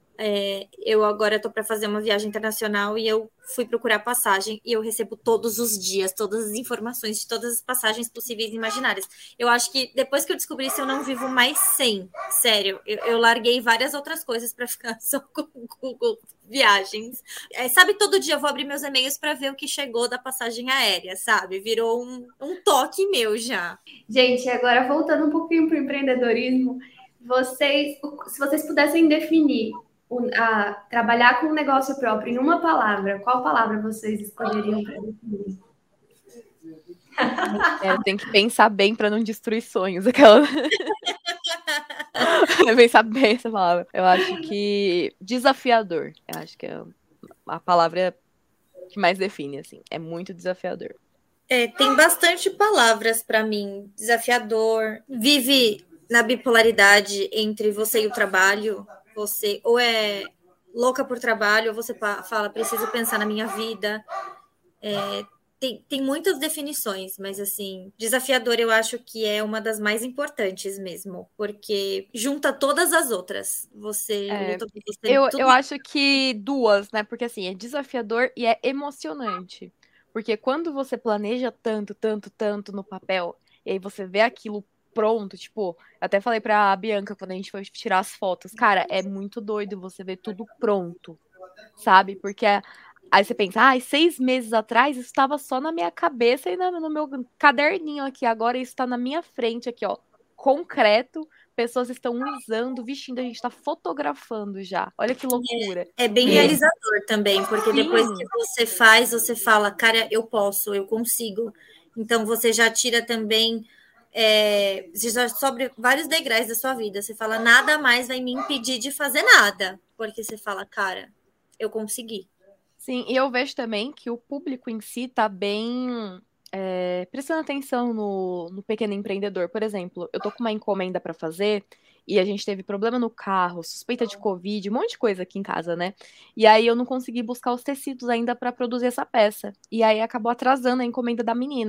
É, eu agora estou para fazer uma viagem internacional e eu fui procurar passagem e eu recebo todos os dias todas as informações de todas as passagens possíveis e imaginárias. Eu acho que depois que eu descobri isso, eu não vivo mais sem. Sério, eu, eu larguei várias outras coisas para ficar só com o Google Viagens. É, sabe, todo dia eu vou abrir meus e-mails para ver o que chegou da passagem aérea, sabe? Virou um, um toque meu já. Gente, agora voltando um pouquinho para o empreendedorismo, vocês, se vocês pudessem definir A, trabalhar com um negócio próprio em uma palavra, qual palavra vocês escolheriam para definir? É, tem que pensar bem para não destruir sonhos. Aquela... pensar bem essa palavra. Eu acho que desafiador. Eu acho que é a palavra que mais define, assim. É muito desafiador. É, tem bastante palavras para mim. Desafiador. Vive na bipolaridade entre você e o trabalho. Você ou é louca por trabalho, ou você fala, preciso pensar na minha vida. É, tem, tem muitas definições, mas, assim, desafiador eu acho que é uma das mais importantes mesmo, porque junta todas as outras. Você é, luta por você. Eu, tudo... eu acho que duas, né? Porque, assim, é desafiador e é emocionante. Porque quando você planeja tanto, tanto, tanto no papel, e aí você vê aquilo pronto, tipo, até falei pra Bianca quando a gente foi tirar as fotos, cara, é muito doido você ver tudo pronto, sabe? Porque aí você pensa, ah, seis meses atrás isso estava só na minha cabeça e no meu caderninho aqui, agora isso tá na minha frente aqui, ó, concreto, pessoas estão usando, vestindo, a gente tá fotografando já, olha que loucura. É, é bem é. realizador também, porque Sim. depois que você faz, você fala, cara, eu posso, eu consigo, então você já tira também É, você já sobe vários degraus da sua vida. Você fala, nada mais vai me impedir de fazer nada. Porque você fala, cara, eu consegui. Sim, e eu vejo também que o público em si tá bem é, prestando atenção no, no pequeno empreendedor. Por exemplo, eu tô com uma encomenda para fazer e a gente teve problema no carro, suspeita de Covid, um monte de coisa aqui em casa, né? E aí eu não consegui buscar os tecidos ainda para produzir essa peça. E aí acabou atrasando a encomenda da menina.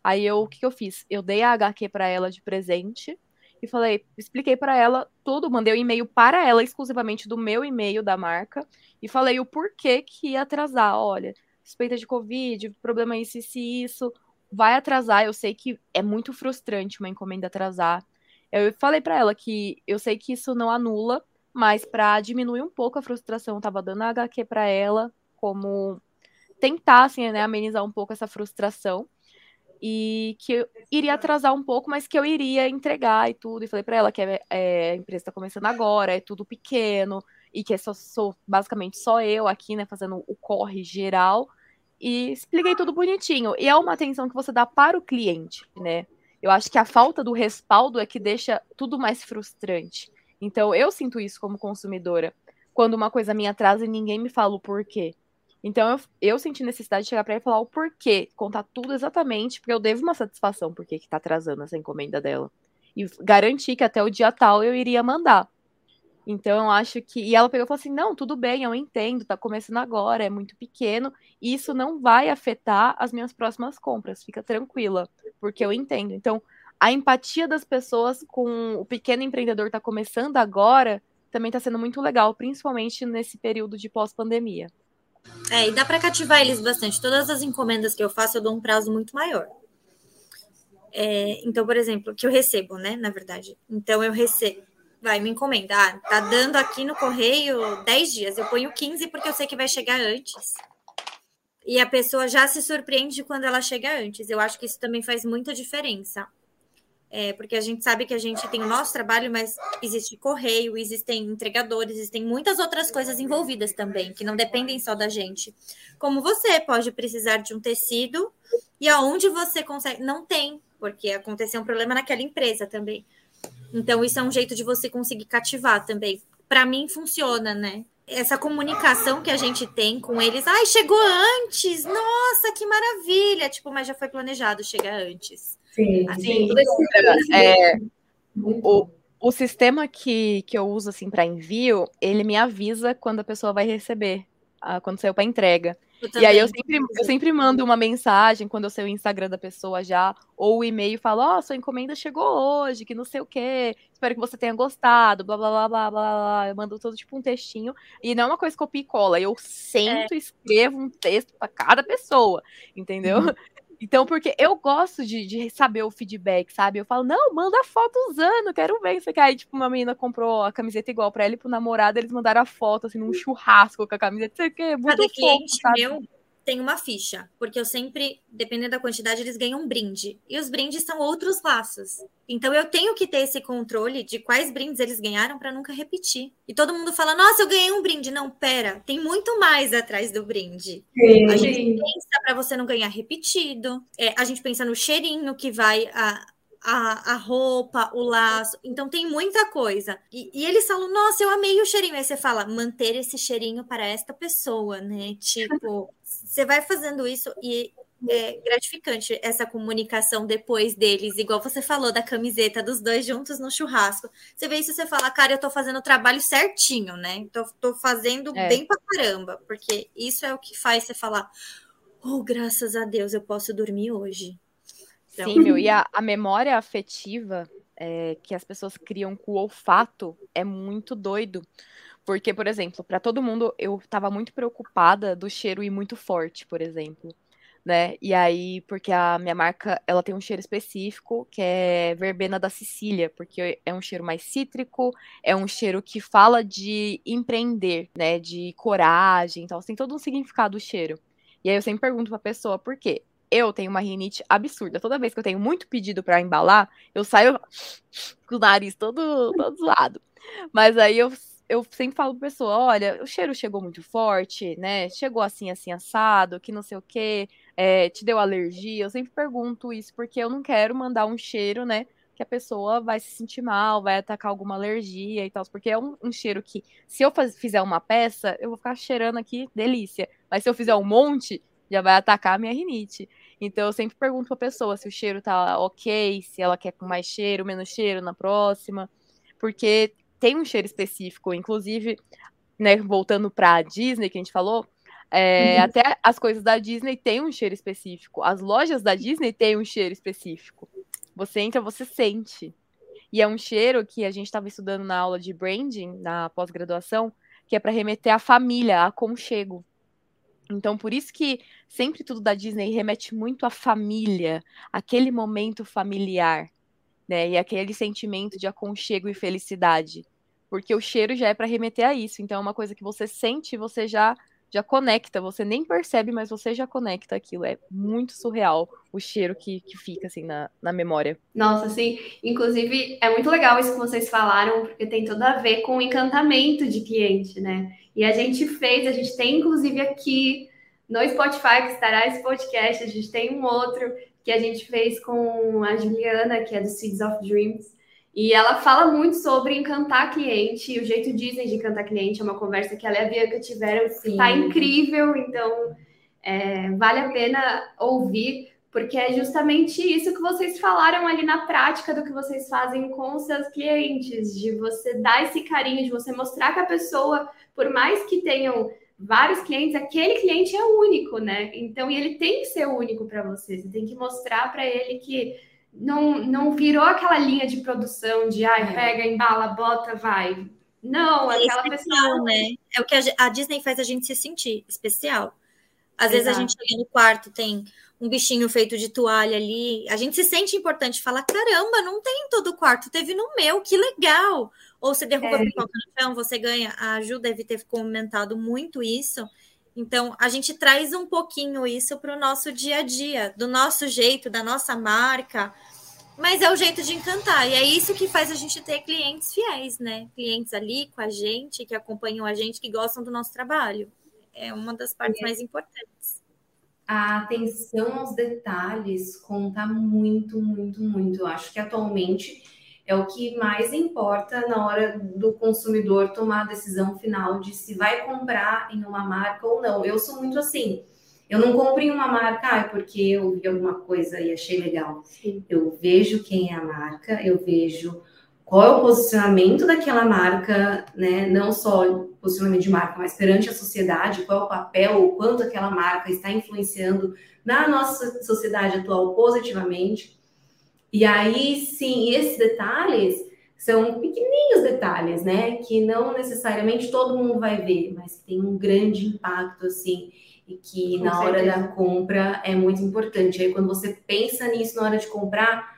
Aí eu, o que, que eu fiz? Eu dei a H Q pra ela de presente e falei, expliquei pra ela tudo, mandei o um e-mail para ela, exclusivamente do meu e-mail da marca, e falei o porquê que ia atrasar. Olha, suspeita de Covid, problema isso, isso e isso, vai atrasar. Eu sei que é muito frustrante uma encomenda atrasar. Eu falei pra ela que eu sei que isso não anula, mas pra diminuir um pouco a frustração, eu tava dando a H Q pra ela, como tentar, assim, né, amenizar um pouco essa frustração. E que eu iria atrasar um pouco, mas que eu iria entregar e tudo. E falei pra ela que é, é, a empresa tá começando agora, é tudo pequeno, e que só, sou basicamente só eu aqui, né, fazendo o corre geral. E expliquei tudo bonitinho. E é uma atenção que você dá para o cliente, né? Eu acho que a falta do respaldo é que deixa tudo mais frustrante. Então, eu sinto isso como consumidora. Quando uma coisa minha atrasa e ninguém me fala o porquê. Então, eu, eu senti necessidade de chegar para ela e falar o porquê. Contar tudo exatamente, porque eu devo uma satisfação por que tá atrasando essa encomenda dela. E garantir que até o dia tal eu iria mandar. Então, eu acho que... E ela pegou e falou assim, não, tudo bem, eu entendo, tá começando agora, é muito pequeno, e isso não vai afetar as minhas próximas compras, fica tranquila, porque eu entendo. Então, a empatia das pessoas com o pequeno empreendedor tá começando agora, também tá sendo muito legal, principalmente nesse período de pós-pandemia. É, e dá para cativar eles bastante. Todas as encomendas que eu faço, eu dou um prazo muito maior. É, então, por exemplo, que eu recebo, né, na verdade. Então, eu recebo... Vai, me encomenda. Ah, tá dando aqui no correio dez dias. Eu ponho quinze porque eu sei que vai chegar antes. E a pessoa já se surpreende quando ela chega antes. Eu acho que isso também faz muita diferença. É, porque a gente sabe que a gente tem o nosso trabalho, mas existe correio, existem entregadores, existem muitas outras coisas envolvidas também, que não dependem só da gente. Como você pode precisar de um tecido e aonde você consegue... Não tem, porque aconteceu um problema naquela empresa também. Então, isso é um jeito de você conseguir cativar também. Para mim, funciona, né? Essa comunicação que a gente tem com eles. Ai, chegou antes! Nossa, que maravilha! Tipo, mas já foi planejado chegar antes. Sim, assim, sim. É, o, o sistema que, que eu uso, assim, para envio, ele me avisa quando a pessoa vai receber, ah, quando saiu para entrega. E aí eu sempre, eu sempre mando uma mensagem quando eu sei o Instagram da pessoa já, ou o e-mail e falo, ó, oh, sua encomenda chegou hoje, que não sei o quê, espero que você tenha gostado, blá, blá, blá, blá, blá, blá. Eu mando todo tipo um textinho, e não é uma coisa que copia e cola, eu sento e é. escrevo um texto para cada pessoa, entendeu? Uhum. Então, porque eu gosto de, de saber o feedback, sabe? Eu falo, não, manda foto usando, quero ver isso aqui. Aí, tipo, uma menina comprou a camiseta igual pra ela e pro namorado, eles mandaram a foto, assim, num churrasco com a camiseta. Isso aqui é muito Cada fofo, cliente sabe? meu tem uma ficha, porque eu sempre, dependendo da quantidade, eles ganham um brinde. E os brindes são outros laços. Então, eu tenho que ter esse controle de quais brindes eles ganharam para nunca repetir. E todo mundo fala, nossa, eu ganhei um brinde. Não, pera, tem muito mais atrás do brinde. Sim. A gente pensa para você não ganhar repetido. É, a gente pensa no cheirinho que vai... A, A, a roupa, o laço, então tem muita coisa. E, e eles falam, nossa, eu amei o cheirinho. Aí você fala, manter esse cheirinho para esta pessoa, né? Tipo, você vai fazendo isso e é gratificante essa comunicação depois deles, igual você falou da camiseta dos dois juntos no churrasco. Você vê isso e você fala, cara, eu tô fazendo o trabalho certinho, né? Tô, tô fazendo é. bem pra caramba, porque isso é o que faz você falar, oh, graças a Deus, eu posso dormir hoje. Então... Sim, meu, e a, a memória afetiva é, que as pessoas criam com o olfato é muito doido. Porque, por exemplo, para todo mundo, eu estava muito preocupada do cheiro ir muito forte, por exemplo. Né? E aí, porque a minha marca, ela tem um cheiro específico, que é verbena da Sicília, porque é um cheiro mais cítrico, é um cheiro que fala de empreender, né? De coragem, então tem todo um significado o cheiro. E aí eu sempre pergunto pra pessoa por quê. Eu tenho uma rinite absurda. Toda vez que eu tenho muito pedido para embalar, eu saio com o nariz todo, todo zoado. Mas aí eu, eu sempre falo pra pessoa, olha, o cheiro chegou muito forte, né? Chegou assim, assim, assado, que não sei o quê, é, te deu alergia. Eu sempre pergunto isso, porque eu não quero mandar um cheiro, né? Que a pessoa vai se sentir mal, vai atacar alguma alergia e tal. Porque é um, um cheiro que, se eu faz, fizer uma peça, eu vou ficar cheirando aqui, delícia. Mas se eu fizer um monte, já vai atacar a minha rinite. Então, eu sempre pergunto pra pessoa se o cheiro tá ok, se ela quer com mais cheiro, menos cheiro na próxima. Porque tem um cheiro específico. Inclusive, né, voltando pra Disney, que a gente falou, É, Uhum. Até as coisas da Disney têm um cheiro específico. As lojas da Disney têm um cheiro específico. Você entra, você sente. E é um cheiro que a gente estava estudando na aula de branding, na pós-graduação, que é para remeter à família, a aconchego. Então, por isso que sempre tudo da Disney remete muito à família, aquele momento familiar, né? E aquele sentimento de aconchego e felicidade. Porque o cheiro já é para remeter a isso. Então, é uma coisa que você sente e você já, já conecta. Você nem percebe, mas você já conecta aquilo. É muito surreal o cheiro que, que fica, assim, na, na memória. Nossa, sim. Inclusive, é muito legal isso que vocês falaram, porque tem tudo a ver com o encantamento de cliente, né? E a gente fez, a gente tem, inclusive, aqui no Spotify, que estará esse podcast, a gente tem um outro que a gente fez com a Juliana, que é do Seeds of Dreams. E ela fala muito sobre encantar cliente, e o jeito Disney de encantar cliente é uma conversa que ela e a Bianca tiveram, Sim. tá incrível, então é, vale a pena ouvir, porque é justamente isso que vocês falaram ali na prática do que vocês fazem com os seus clientes, de você dar esse carinho, de você mostrar que a pessoa, por mais que tenham vários clientes, aquele cliente é único, né? Então, e ele tem que ser único para você, você tem que mostrar para ele que não, não virou aquela linha de produção de, ai, pega, embala, bota, vai. Não, É aquela especial, pessoa... né? É o que a, a Disney faz a gente se sentir especial. Às vezes Exato. a gente chega no quarto, tem um bichinho feito de toalha ali, a gente se sente importante, fala, caramba, não tem em todo o quarto, teve no meu, que legal. Ou você derruba É. pipoca no chão, você ganha. A Ju deve ter comentado muito isso. Então, a gente traz um pouquinho isso para o nosso dia a dia, do nosso jeito, da nossa marca, mas é o jeito de encantar. E é isso que faz a gente ter clientes fiéis, né? Clientes ali com a gente, que acompanham a gente, que gostam do nosso trabalho. É uma das partes mais importantes. A atenção aos detalhes conta muito, muito, muito. Eu acho que atualmente é o que mais importa na hora do consumidor tomar a decisão final de se vai comprar em uma marca ou não. Eu sou muito assim. Eu não compro em uma marca ah, porque eu vi alguma coisa e achei legal. Sim. Eu vejo quem é a marca, eu vejo qual é o posicionamento daquela marca, né? Não só posicionamento de marca, mas perante a sociedade, qual é o papel, o quanto aquela marca está influenciando na nossa sociedade atual positivamente. E aí, sim, esses detalhes são pequenininhos detalhes, né? Que não necessariamente todo mundo vai ver, mas que tem um grande impacto, assim, e que Com na hora certeza. da compra é muito importante. Aí, quando você pensa nisso na hora de comprar,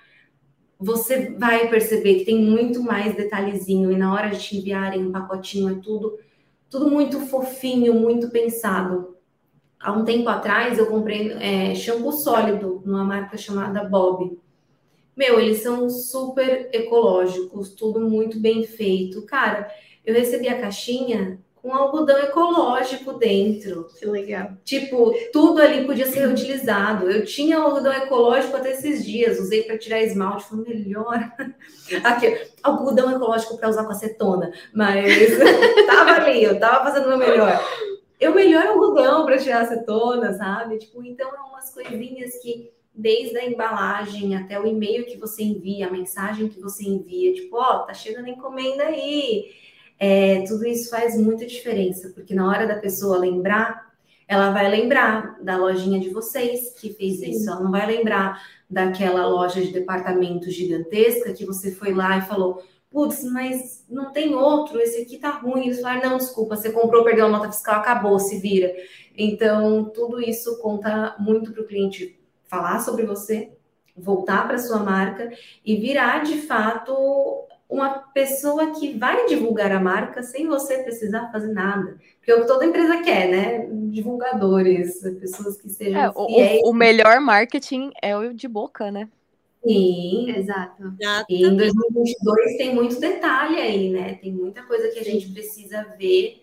você vai perceber que tem muito mais detalhezinho, e na hora de te enviarem um pacotinho é tudo, tudo muito fofinho, muito pensado. Há um tempo atrás eu comprei é, shampoo sólido numa marca chamada Bob. Meu, eles são super ecológicos, tudo muito bem feito. Cara, eu recebi a caixinha com algodão ecológico dentro. Que legal. Tipo, tudo ali podia ser reutilizado. Eu tinha algodão ecológico até esses dias, usei para tirar esmalte, foi melhor. Aqui, algodão ecológico para usar com acetona, mas tava ali, eu tava fazendo o meu melhor. Eu melhor algodão para tirar acetona, sabe? Tipo, então é umas coisinhas que desde a embalagem até o e-mail que você envia, a mensagem que você envia, tipo, ó, oh, tá chegando a encomenda aí. É, tudo isso faz muita diferença, porque na hora da pessoa lembrar, ela vai lembrar da lojinha de vocês que fez Sim. isso, ela não vai lembrar daquela loja de departamento gigantesca que você foi lá e falou, putz, mas não tem outro, esse aqui tá ruim. Eles falaram, não, desculpa, você comprou, perdeu a nota fiscal, acabou, se vira. Então, tudo isso conta muito para o cliente falar sobre você, voltar para sua marca e virar, de fato, uma pessoa que vai divulgar a marca sem você precisar fazer nada. Porque é o que toda empresa quer, né? Divulgadores, pessoas que sejam é, fiéis. O, o melhor marketing é o de boca, né? Sim, exato. E em dois mil e vinte e dois tem muito detalhe aí, né? Tem muita coisa que a gente precisa ver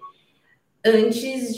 antes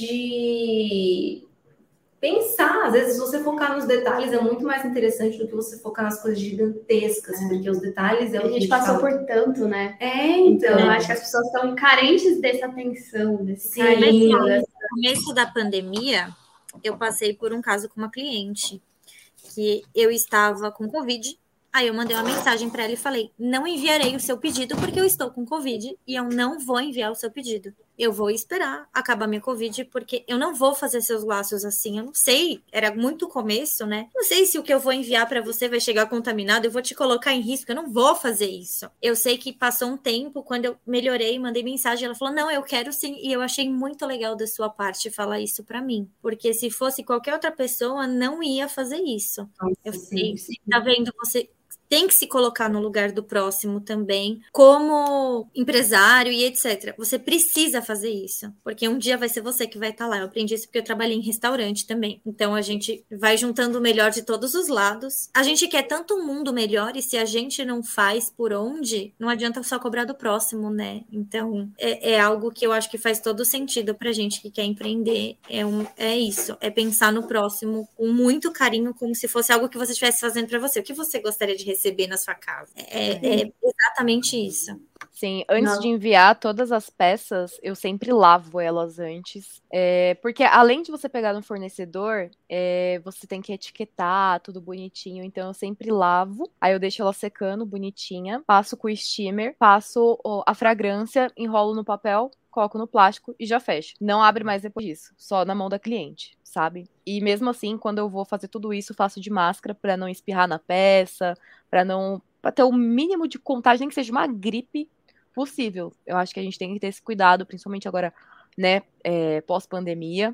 de pensar. Às vezes, se você focar nos detalhes, é muito mais interessante do que você focar nas coisas gigantescas, é. porque os detalhes é o que a gente passou por tanto, né? É, então. então eu acho que as pessoas estão carentes dessa atenção, desse Sim. carinho. No dessa... começo da pandemia, eu passei por um caso com uma cliente que eu estava com Covid. Aí eu mandei uma mensagem para ela e falei, não enviarei o seu pedido porque eu estou com Covid e eu não vou enviar o seu pedido. eu vou esperar acabar minha Covid, porque eu não vou fazer seus laços assim, eu não sei, era muito começo, né? Não sei se o que eu vou enviar para você vai chegar contaminado, eu vou te colocar em risco, eu não vou fazer isso. Eu sei que passou um tempo, quando eu melhorei, mandei mensagem, ela falou, não, eu quero sim, e eu achei muito legal da sua parte falar isso para mim, porque se fosse qualquer outra pessoa, não ia fazer isso. Nossa, Eu sim, sei, sim. tá vendo, você tem que se colocar no lugar do próximo também, como empresário e etcétera. Você precisa fazer isso, porque um dia vai ser você que vai estar lá. Eu aprendi isso porque eu trabalhei em restaurante também. Então, a gente vai juntando o melhor de todos os lados. A gente quer tanto um mundo melhor, e se a gente não faz por onde, não adianta só cobrar do próximo, né? Então, é, é algo que eu acho que faz todo sentido pra gente que quer empreender. É, um, é isso, é pensar no próximo com muito carinho, como se fosse algo que você estivesse fazendo pra você. O que você gostaria de receber receber na sua casa. É, é exatamente isso. Sim, antes Não. de enviar todas as peças, eu sempre lavo elas antes. É, porque além de você pegar no fornecedor, é, você tem que etiquetar tudo bonitinho. Então eu sempre lavo, aí eu deixo ela secando bonitinha, passo com o steamer, passo ó, a fragrância, enrolo no papel, coloco no plástico e já fecho. Não abre mais depois disso, só na mão da cliente, sabe? E mesmo assim, quando eu vou fazer tudo isso, faço de máscara pra não espirrar na peça, pra não pra ter o mínimo de contágio, nem que seja uma gripe possível. Eu acho que a gente tem que ter esse cuidado, principalmente agora, né, é, pós-pandemia.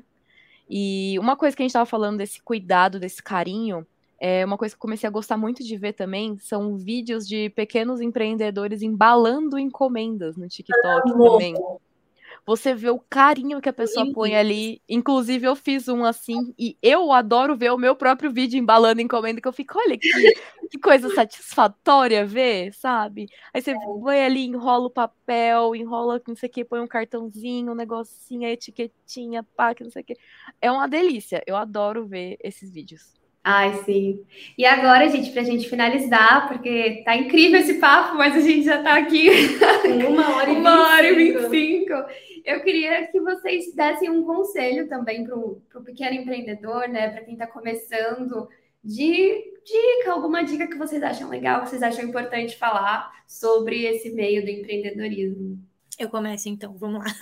E uma coisa que a gente tava falando desse cuidado, desse carinho, é uma coisa que eu comecei a gostar muito de ver também, são vídeos de pequenos empreendedores embalando encomendas no TikTok também. Você vê o carinho que a pessoa põe ali. Inclusive, eu fiz um assim, e eu adoro ver o meu próprio vídeo embalando encomenda, que eu fico, olha que, que coisa satisfatória ver, sabe? Aí você vai ali, enrola o papel, enrola não sei o que, põe um cartãozinho, um negocinho, a etiquetinha, pá, que não sei o que. É uma delícia, eu adoro ver esses vídeos. Ai, sim. E agora, gente, pra gente finalizar, porque tá incrível esse papo, mas a gente já tá aqui Uma hora e uma hora e vinte vinte e cinco. Eu queria que vocês dessem um conselho também pro, pro pequeno empreendedor, né? Para quem está começando, de dica, alguma dica que vocês acham legal, que vocês acham importante falar sobre esse meio do empreendedorismo. Eu começo então, vamos lá.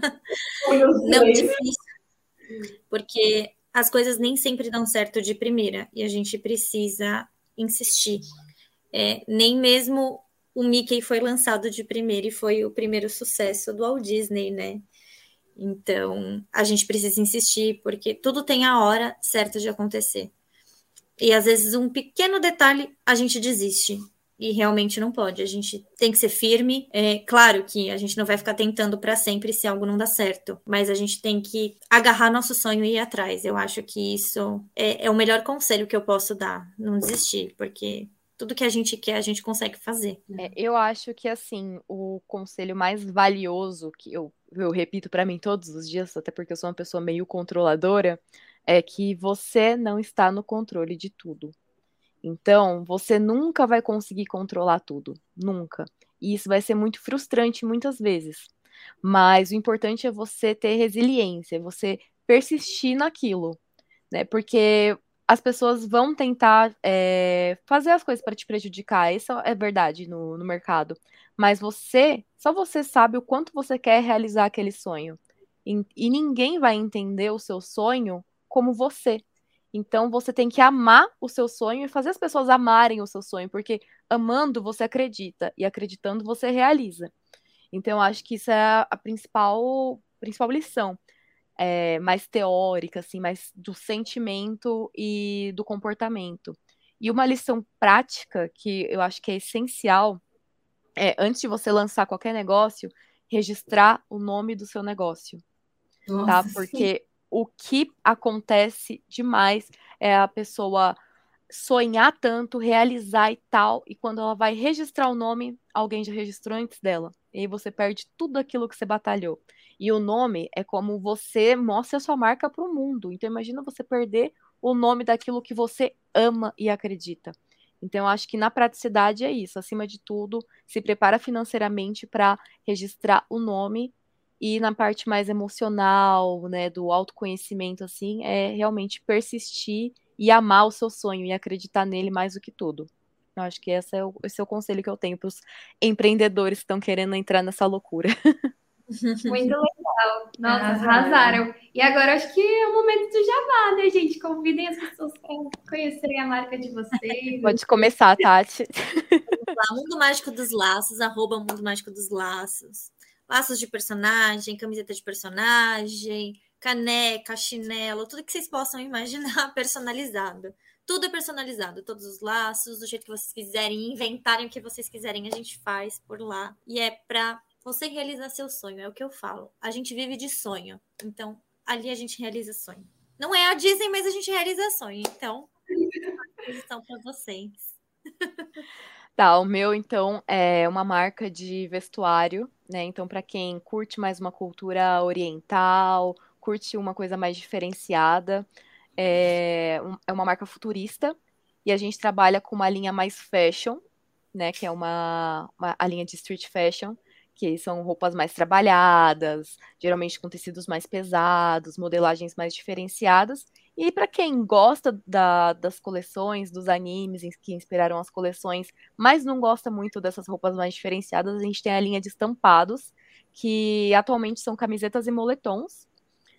Não é difícil, porque as coisas nem sempre dão certo de primeira e a gente precisa insistir. É, nem mesmo o Mickey foi lançado de primeira e foi o primeiro sucesso do Walt Disney, né? Então, a gente precisa insistir, porque tudo tem a hora certa de acontecer. E, às vezes, um pequeno detalhe, a gente desiste. E realmente não pode. A gente tem que ser firme. É claro que a gente não vai ficar tentando para sempre se algo não dá certo. Mas a gente tem que agarrar nosso sonho e ir atrás. Eu acho que isso é, é o melhor conselho que eu posso dar. Não desistir, porque tudo que a gente quer, a gente consegue fazer. É, eu acho que, assim, o conselho mais valioso que eu, eu repito para mim todos os dias, até porque eu sou uma pessoa meio controladora, é que você não está no controle de tudo. Então, você nunca vai conseguir controlar tudo. Nunca. E isso vai ser muito frustrante muitas vezes. Mas o importante é você ter resiliência, é você persistir naquilo, né? Porque as pessoas vão tentar é, fazer as coisas para te prejudicar, isso é verdade no, no mercado. Mas você, só você sabe o quanto você quer realizar aquele sonho. E, e ninguém vai entender o seu sonho como você. Então você tem que amar o seu sonho e fazer as pessoas amarem o seu sonho, porque amando você acredita e acreditando você realiza. Então eu acho que isso é a principal, principal lição. É, mais teórica, assim, mais do sentimento e do comportamento. E uma lição prática que eu acho que é essencial é, antes de você lançar qualquer negócio, registrar o nome do seu negócio, tá? Nossa, Porque sim. O que acontece demais é a pessoa sonhar tanto, realizar e tal, e quando ela vai registrar o nome, alguém já registrou antes dela. E aí você perde tudo aquilo que você batalhou. E o nome é como você mostra a sua marca para o mundo. Então imagina você perder o nome daquilo que você ama e acredita. Então eu acho que na praticidade é isso. Acima de tudo, se prepara financeiramente para registrar o nome. E na parte mais emocional, né, do autoconhecimento, assim, é realmente persistir e amar o seu sonho e acreditar nele mais do que tudo. Eu acho que esse é o, esse é o conselho que eu tenho para os empreendedores que estão querendo entrar nessa loucura. Muito legal. Nossa, Arrasaram. arrasaram. E agora acho que é o momento do jabá, né, gente? Convidem as pessoas para conhecerem a marca de vocês. Pode começar, Tati. Lá, Mundo Mágico dos Laços, arroba Mundo Mágico dos Laços. Laços de personagem, camiseta de personagem, caneca, chinelo, tudo que vocês possam imaginar personalizado. Tudo é personalizado, todos os laços, do jeito que vocês quiserem, inventarem o que vocês quiserem, a gente faz por lá. E é pra você realizar seu sonho, é o que eu falo. A gente vive de sonho, então ali a gente realiza sonho. Não é a Disney, mas a gente realiza sonho, então à disposição para vocês. Tá, o meu, então, é uma marca de vestuário, né? Então, para quem curte mais uma cultura oriental, curte uma coisa mais diferenciada, é, um- é uma marca futurista e a gente trabalha com uma linha mais fashion, né? Que é uma, uma- a linha de street fashion, que são roupas mais trabalhadas, geralmente com tecidos mais pesados, modelagens mais diferenciadas. E para quem gosta da- das coleções, dos animes em- que inspiraram as coleções, mas não gosta muito dessas roupas mais diferenciadas, a gente tem a linha de estampados, que atualmente são camisetas e moletons.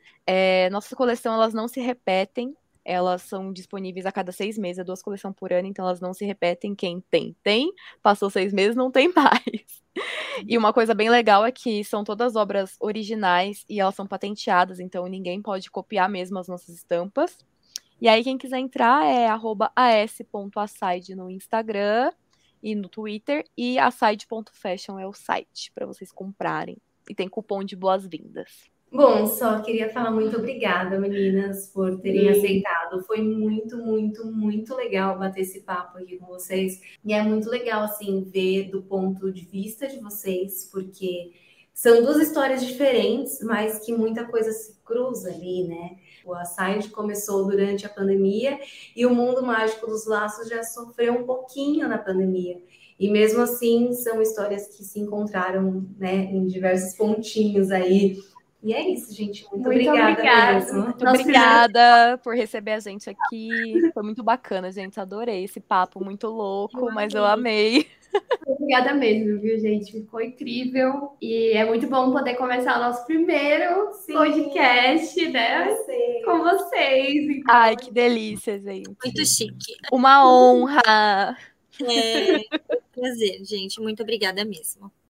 É, nossa coleção, elas não se repetem, elas são disponíveis a cada seis meses, é duas coleções por ano, então elas não se repetem. Quem tem, tem. Passou seis meses, não tem mais. E uma coisa bem legal é que são todas obras originais e elas são patenteadas, então ninguém pode copiar mesmo as nossas estampas. E aí, quem quiser entrar é arroba as.aside no Instagram e no Twitter, e aside.fashion é o site para vocês comprarem. E tem cupom de boas-vindas. Bom, só queria falar muito obrigada, meninas, por terem aceitado. Foi muito, muito, muito legal bater esse papo aqui com vocês. E é muito legal, assim, ver do ponto de vista de vocês, porque são duas histórias diferentes, mas que muita coisa se cruza ali, né? O Aside começou durante a pandemia e o Mundo Mágico dos Laços já sofreu um pouquinho na pandemia. E mesmo assim, são histórias que se encontraram, né, em diversos pontinhos aí. E é isso, gente. Muito, Muito obrigada, obrigada. mesmo. Muito Nosso obrigada por receber a gente aqui. Foi muito bacana, gente. Adorei esse papo muito louco, mas eu amei. Obrigada mesmo, viu, gente? Ficou incrível. E é muito bom poder começar o nosso primeiro Sim. podcast, né? Você. Com vocês. Então, Ai, que delícia, gente. Muito chique. Uma honra. É prazer, gente. Muito obrigada mesmo.